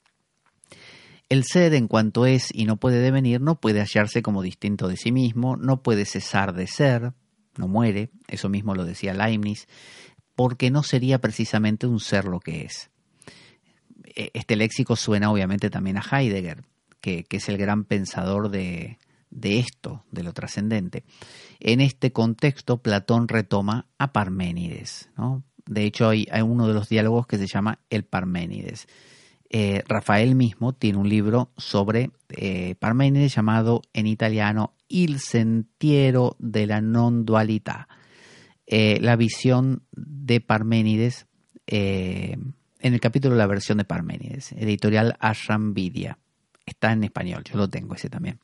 El ser, en cuanto es y no puede devenir, no puede hallarse como distinto de sí mismo, no puede cesar de ser, no muere, eso mismo lo decía Leibniz, porque no sería precisamente un ser lo que es. Este léxico suena obviamente también a Heidegger, que es el gran pensador de esto, de lo trascendente. En este contexto, Platón retoma a Parménides, ¿no? De hecho, hay uno de los diálogos que se llama El Parménides. Rafael mismo tiene un libro sobre Parménides llamado en italiano Il sentiero della non dualità, la visión de Parménides, en el capítulo La versión de Parménides, editorial Ashram Vidya. Está en español, yo lo tengo ese también.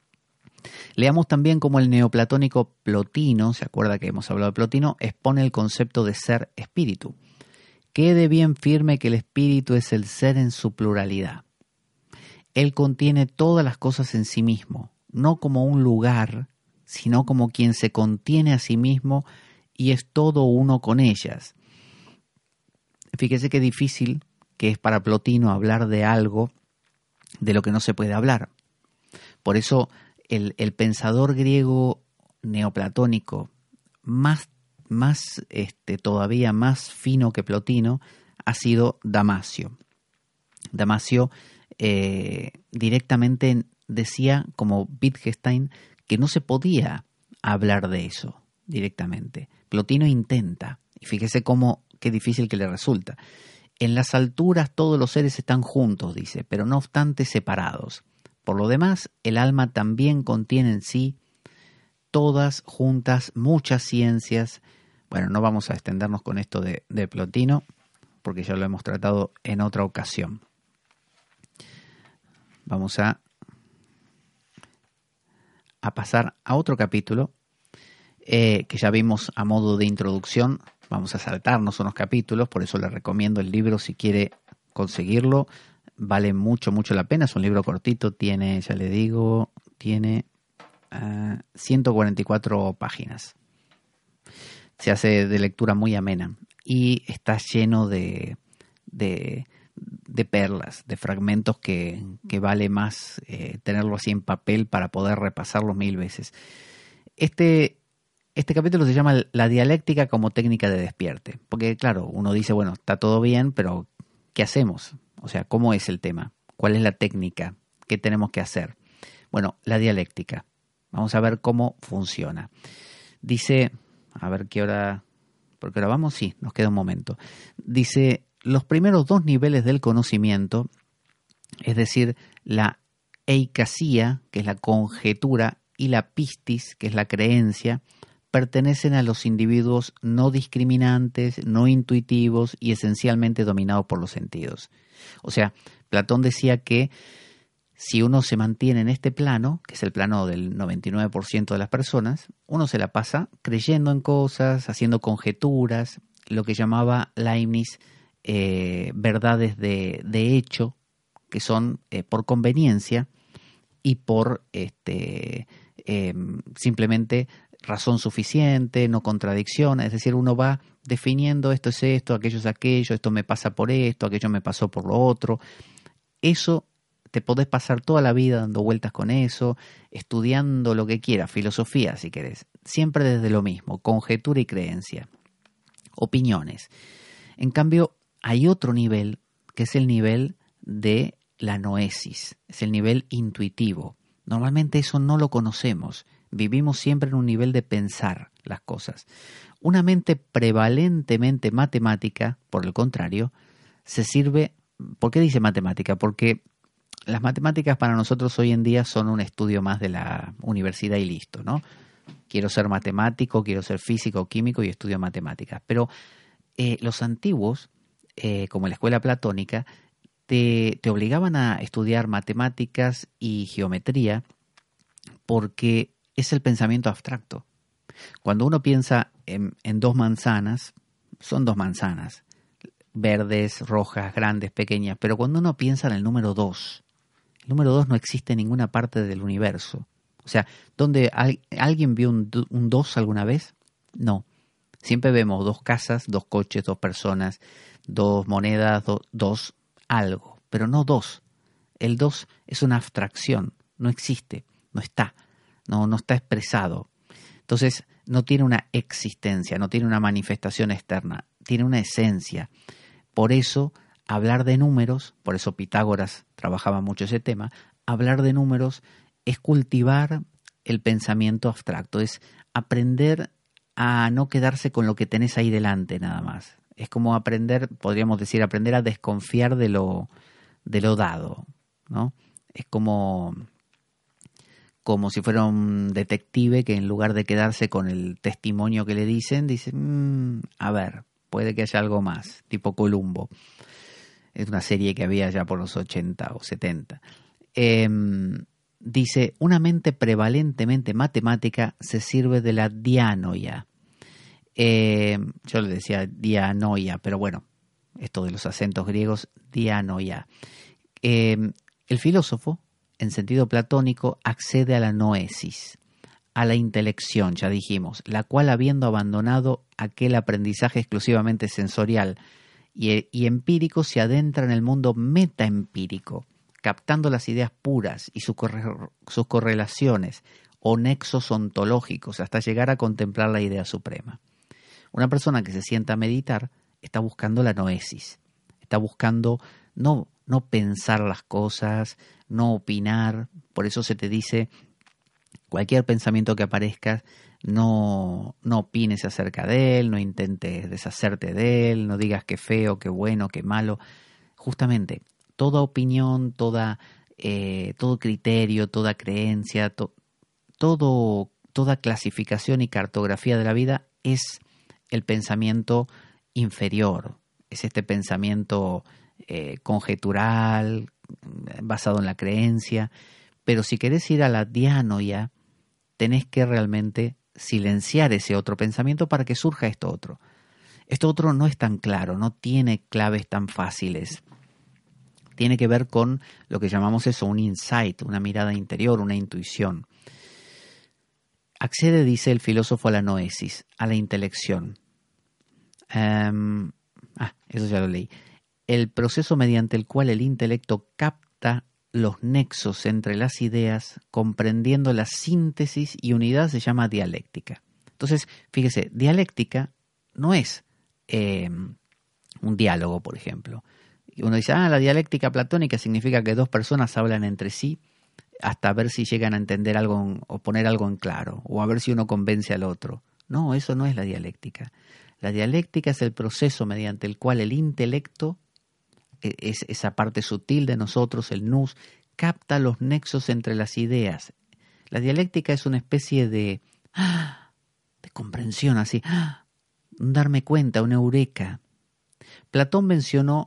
Leamos también cómo el neoplatónico Plotino, ¿se acuerda que hemos hablado de Plotino?, expone el concepto de ser espíritu, Quede bien firme que el espíritu es el ser en su pluralidad. Él contiene todas las cosas en sí mismo, no como un lugar, sino como quien se contiene a sí mismo y es todo uno con ellas. Fíjese qué difícil que es para Plotino hablar de algo de lo que no se puede hablar. Por eso el pensador griego neoplatónico todavía más fino que Plotino ha sido Damasio. Damasio directamente decía, como Wittgenstein, que no se podía hablar de eso directamente. Plotino intenta, y fíjese qué difícil que le resulta. En las alturas todos los seres están juntos, dice, pero no obstante separados. Por lo demás, el alma también contiene en sí todas juntas muchas ciencias. Bueno, no vamos a extendernos con esto de Plotino, porque ya lo hemos tratado en otra ocasión. Vamos a pasar a otro capítulo que ya vimos a modo de introducción. Vamos a saltarnos unos capítulos, por eso le recomiendo el libro si quiere conseguirlo. Vale mucho, mucho la pena. Es un libro cortito, tiene 144 páginas. Se hace de lectura muy amena y está lleno de perlas, de fragmentos que vale más tenerlo así en papel para poder repasarlo 1000 veces. Este capítulo se llama La dialéctica como técnica de despierte, porque claro, uno dice, bueno, está todo bien, pero ¿qué hacemos? O sea, ¿cómo es el tema? ¿Cuál es la técnica? ¿Qué tenemos que hacer? Bueno, la dialéctica. Vamos a ver cómo funciona. Dice, a ver qué hora, ¿por qué hora vamos? Sí, nos queda un momento. Dice, los primeros 2 niveles del conocimiento, es decir, la eicasía, que es la conjetura, y la pistis, que es la creencia, pertenecen a los individuos no discriminantes, no intuitivos y esencialmente dominados por los sentidos. O sea, Platón decía que si uno se mantiene en este plano, que es el plano del 99% de las personas, uno se la pasa creyendo en cosas, haciendo conjeturas, lo que llamaba Leibniz verdades de hecho, que son por conveniencia y por simplemente razón suficiente, no contradicción. Es decir, uno va definiendo esto es esto, aquello es aquello, esto me pasa por esto, aquello me pasó por lo otro. Eso te podés pasar toda la vida dando vueltas con eso, estudiando lo que quieras, filosofía si querés, siempre desde lo mismo, conjetura y creencia, opiniones. En cambio, hay otro nivel, que es el nivel de la noesis, es el nivel intuitivo. Normalmente eso no lo conocemos, vivimos siempre en un nivel de pensar las cosas. Una mente prevalentemente matemática, por el contrario, se sirve. ¿Por qué dice matemática? Porque las matemáticas para nosotros hoy en día son un estudio más de la universidad y listo, ¿no? Quiero ser matemático, quiero ser físico o químico y estudio matemáticas. Pero los antiguos, como la escuela platónica, te obligaban a estudiar matemáticas y geometría porque es el pensamiento abstracto. Cuando uno piensa en 2 manzanas, son 2 manzanas, verdes, rojas, grandes, pequeñas, pero cuando uno piensa en el número 2, el número 2 no existe en ninguna parte del universo. O sea, ¿dónde alguien vio un 2 alguna vez? No. Siempre vemos 2 casas, 2 coches, 2 personas, 2 monedas, 2 algo, pero no 2. El 2 es una abstracción, no existe, no está, no está expresado. Entonces, no tiene una existencia, no tiene una manifestación externa, tiene una esencia. Por eso, hablar de números, por eso Pitágoras trabajaba mucho ese tema, hablar de números es cultivar el pensamiento abstracto, es aprender a no quedarse con lo que tenés ahí delante nada más. Es como aprender, podríamos decir, aprender a desconfiar de lo dado, ¿no? Es como si fuera un detective que en lugar de quedarse con el testimonio que le dicen, dice, a ver, puede que haya algo más, tipo Columbo. Es una serie que había ya por los 80 o 70. Dice, una mente prevalentemente matemática se sirve de la dianoia. Yo le decía dianoia, pero bueno, esto de los acentos griegos, dianoia. El filósofo, en sentido platónico, accede a la noesis, a la intelección, ya dijimos, la cual, habiendo abandonado aquel aprendizaje exclusivamente sensorial y empírico, se adentra en el mundo metaempírico, captando las ideas puras y sus correlaciones o nexos ontológicos hasta llegar a contemplar la idea suprema. Una persona que se sienta a meditar está buscando la noesis, está buscando no pensar las cosas, no opinar. Por eso se te dice, cualquier pensamiento que aparezca, no opines acerca de él, no intentes deshacerte de él, no digas qué feo, qué bueno, qué malo. Justamente, toda opinión, todo criterio, toda creencia, toda clasificación y cartografía de la vida es el pensamiento inferior, es este pensamiento conjetural, basado en la creencia. Pero si querés ir a la dianoia, tenés que realmente silenciar ese otro pensamiento para que surja esto otro. Esto otro no es tan claro, no tiene claves tan fáciles. Tiene que ver con lo que llamamos eso, un insight, una mirada interior, una intuición. Accede, dice el filósofo, a la noesis, a la intelección. Eso ya lo leí. El proceso mediante el cual el intelecto capta los nexos entre las ideas, comprendiendo la síntesis y unidad, se llama dialéctica. Entonces, fíjese, dialéctica no es un diálogo, por ejemplo. Uno dice, la dialéctica platónica significa que dos personas hablan entre sí hasta ver si llegan a entender algo o poner algo en claro, o a ver si uno convence al otro. No, eso no es la dialéctica. La dialéctica es el proceso mediante el cual el intelecto, es esa parte sutil de nosotros, el nous, capta los nexos entre las ideas. La dialéctica es una especie de comprensión, así, un darme cuenta, una eureka. Platón menciona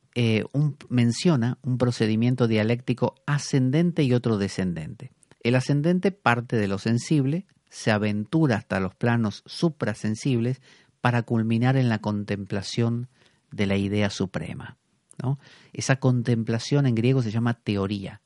un procedimiento dialéctico ascendente y otro descendente. El ascendente parte de lo sensible, se aventura hasta los planos suprasensibles para culminar en la contemplación de la idea suprema, ¿no? Esa contemplación en griego se llama teoría.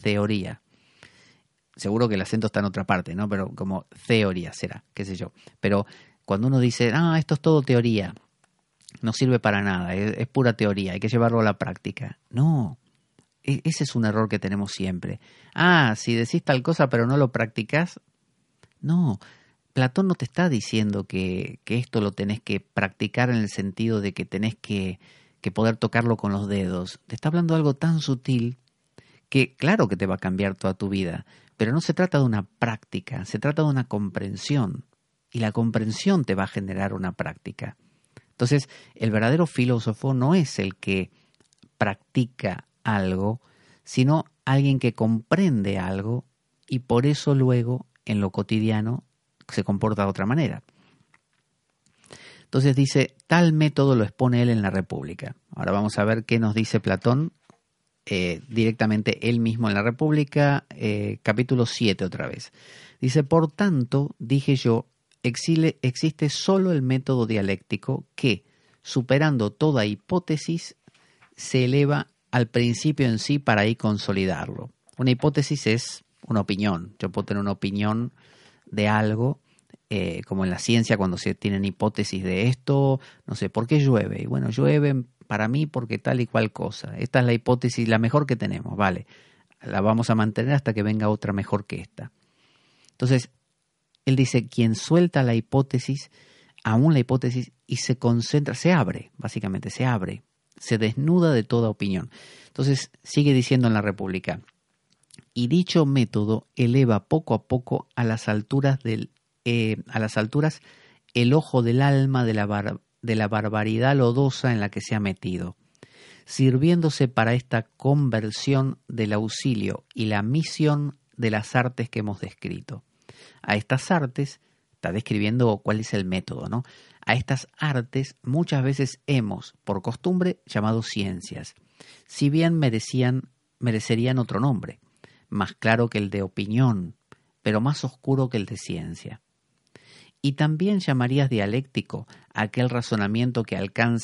Seguro que el acento está en otra parte, ¿no? Pero como teoría será, qué sé yo. Pero cuando uno dice, esto es todo teoría, no sirve para nada, es pura teoría, hay que llevarlo a la práctica. No, ese es un error que tenemos siempre. Si decís tal cosa pero no lo practicás. No, Platón no te está diciendo que esto lo tenés que practicar en el sentido de que tenés que poder tocarlo con los dedos. Te está hablando de algo tan sutil que claro que te va a cambiar toda tu vida, pero no se trata de una práctica, se trata de una comprensión. Y la comprensión te va a generar una práctica. Entonces, el verdadero filósofo no es el que practica algo, sino alguien que comprende algo y por eso luego, en lo cotidiano, se comporta de otra manera. Entonces dice, tal método lo expone él en la República. Ahora vamos a ver qué nos dice Platón directamente él mismo en la República, capítulo 7 otra vez. Dice, por tanto, dije yo, existe solo el método dialéctico que, superando toda hipótesis, se eleva al principio en sí para ahí consolidarlo. Una hipótesis es una opinión. Yo puedo tener una opinión de algo, como en la ciencia cuando se tienen hipótesis de esto, no sé, ¿por qué llueve? Y bueno, llueve para mí porque tal y cual cosa. Esta es la hipótesis, la mejor que tenemos, vale. La vamos a mantener hasta que venga otra mejor que esta. Entonces, él dice, quien suelta la hipótesis, aún la hipótesis, y se concentra, se abre, básicamente, se desnuda de toda opinión. Entonces, sigue diciendo en la República, y dicho método eleva poco a poco a las alturas el ojo del alma de la barbaridad lodosa en la que se ha metido, sirviéndose para esta conversión del auxilio y la misión de las artes que hemos descrito. A estas artes, está describiendo cuál es el método, ¿no? A estas artes muchas veces hemos, por costumbre, llamado ciencias, si bien merecerían otro nombre, más claro que el de opinión, pero más oscuro que el de ciencia. Y también llamarías dialéctico aquel razonamiento que alcanza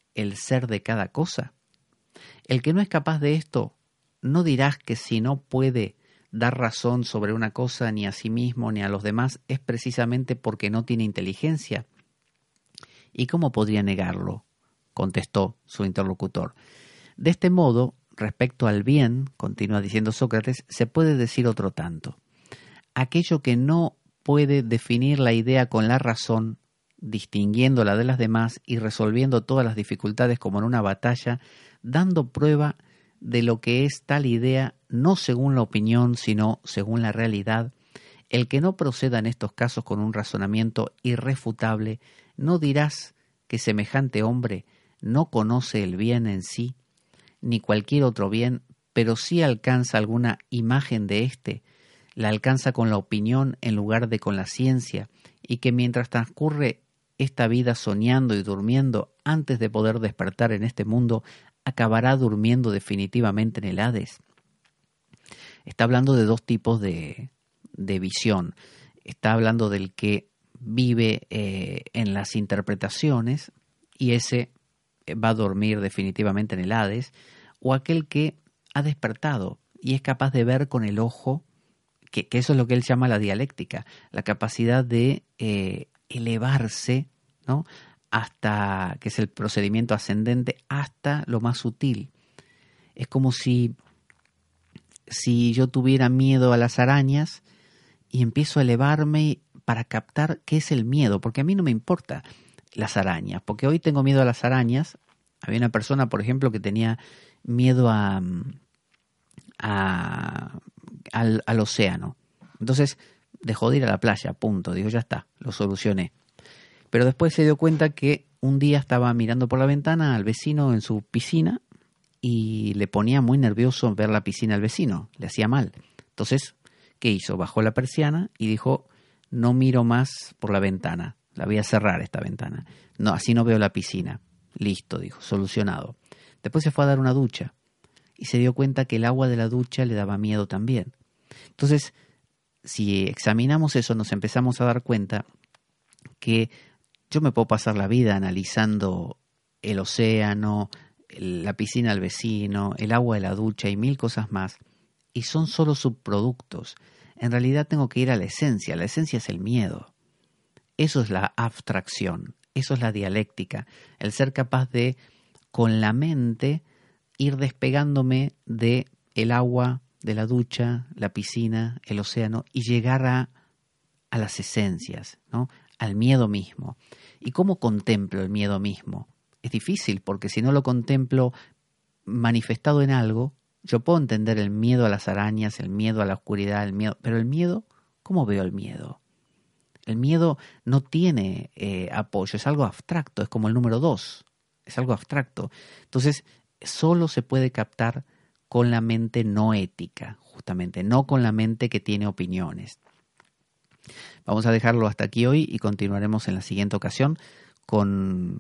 el ser de cada cosa? El que no es capaz de esto, no dirás que si no puede dar razón sobre una cosa ni a sí mismo ni a los demás es precisamente porque no tiene inteligencia. ¿Y cómo podría negarlo?, contestó su interlocutor. De este modo, respecto al bien, continúa diciendo Sócrates, se puede decir otro tanto. Aquello que no puede definir la idea con la razón, distinguiéndola de las demás y resolviendo todas las dificultades como en una batalla, dando prueba de lo que es tal idea no según la opinión, sino según la realidad, el que no proceda en estos casos con un razonamiento irrefutable, no dirás que semejante hombre no conoce el bien en sí, ni cualquier otro bien, pero sí alcanza alguna imagen de éste, la alcanza con la opinión en lugar de con la ciencia, y que mientras transcurre esta vida soñando y durmiendo antes de poder despertar en este mundo, acabará durmiendo definitivamente en el Hades. Está hablando de dos tipos de visión. Está hablando del que vive en las interpretaciones y ese va a dormir definitivamente en el Hades, o aquel que ha despertado y es capaz de ver con el ojo, que eso es lo que él llama la dialéctica, la capacidad de elevarse, ¿no?, hasta, que es el procedimiento ascendente, hasta lo más sutil. Es como si yo tuviera miedo a las arañas y empiezo a elevarme para captar qué es el miedo, porque a mí no me importa las arañas, porque hoy tengo miedo a las arañas. Había una persona, por ejemplo, que tenía miedo al océano. Entonces dejó de ir a la playa, punto. Dijo, ya está, lo solucioné. Pero después se dio cuenta que un día estaba mirando por la ventana al vecino en su piscina y le ponía muy nervioso ver la piscina al vecino, le hacía mal. Entonces, ¿qué hizo? Bajó la persiana y dijo, no miro más por la ventana, la voy a cerrar esta ventana. No, así no veo la piscina. Listo, dijo, solucionado. Después se fue a dar una ducha y se dio cuenta que el agua de la ducha le daba miedo también. Entonces, si examinamos eso, nos empezamos a dar cuenta que yo me puedo pasar la vida analizando el océano, la piscina del vecino, el agua de la ducha y mil cosas más, y son solo subproductos. En realidad tengo que ir a la esencia. La esencia es el miedo. Eso es la abstracción, eso es la dialéctica, el ser capaz de, con la mente, ir despegándome de el agua, de la ducha, la piscina, el océano, y llegar a las esencias, ¿no?, al miedo mismo. ¿Y cómo contemplo el miedo mismo? Es difícil, porque si no lo contemplo manifestado en algo, yo puedo entender el miedo a las arañas, el miedo a la oscuridad, el miedo, pero el miedo, ¿cómo veo el miedo? El miedo no tiene apoyo, es algo abstracto, es como el número 2, es algo abstracto. Entonces, solo se puede captar con la mente no ética, justamente, no con la mente que tiene opiniones. Vamos a dejarlo hasta aquí hoy y continuaremos en la siguiente ocasión con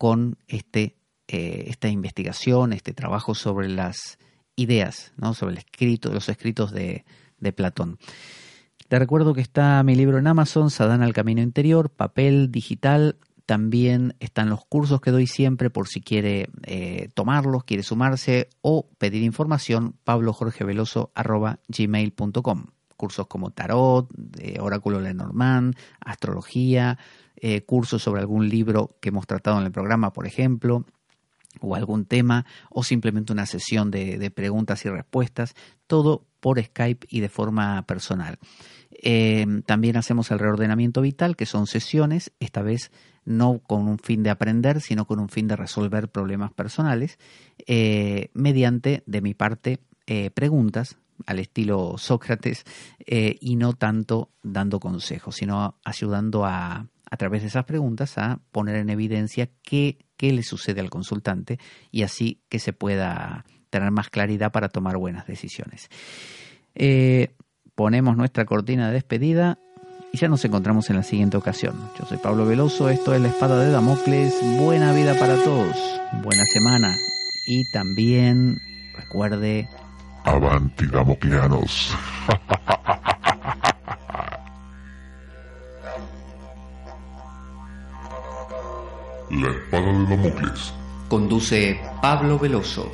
esta investigación, este trabajo sobre las ideas, ¿no?, sobre los escritos de Platón. Te recuerdo que está mi libro en Amazon, Sadhana al Camino Interior, papel, digital. También están los cursos que doy siempre por si quiere tomarlos, quiere sumarse o pedir información, pablojorgeveloso@gmail.com. Cursos como tarot, oráculo Lenormand, astrología, cursos sobre algún libro que hemos tratado en el programa, por ejemplo, o algún tema, o simplemente una sesión de preguntas y respuestas, todo por Skype y de forma personal. También hacemos el reordenamiento vital, que son sesiones, esta vez no con un fin de aprender, sino con un fin de resolver problemas personales, mediante, de mi parte, preguntas al estilo Sócrates, y no tanto dando consejos, sino ayudando a través de esas preguntas a poner en evidencia qué le sucede al consultante y así que se pueda tener más claridad para tomar buenas decisiones. Ponemos nuestra cortina de despedida y ya nos encontramos en la siguiente ocasión. Yo soy Pablo Veloso, esto es La Espada de Damocles. Buena vida para todos, buena semana y también recuerde... Avanti Damocleanos. La Espada de Damocles Conduce Pablo Veloso.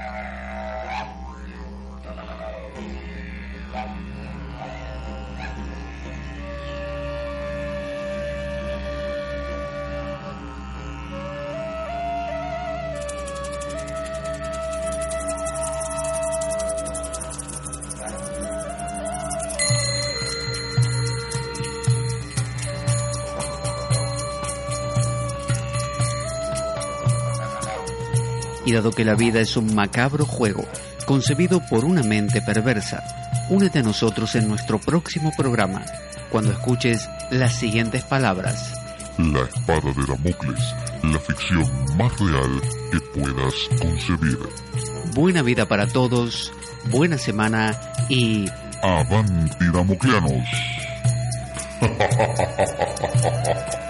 Y dado que la vida es un macabro juego, concebido por una mente perversa, únete a nosotros en nuestro próximo programa, cuando escuches las siguientes palabras. La espada de Damocles, la ficción más real que puedas concebir. Buena vida para todos, buena semana y... ¡Avanti, damocleanos!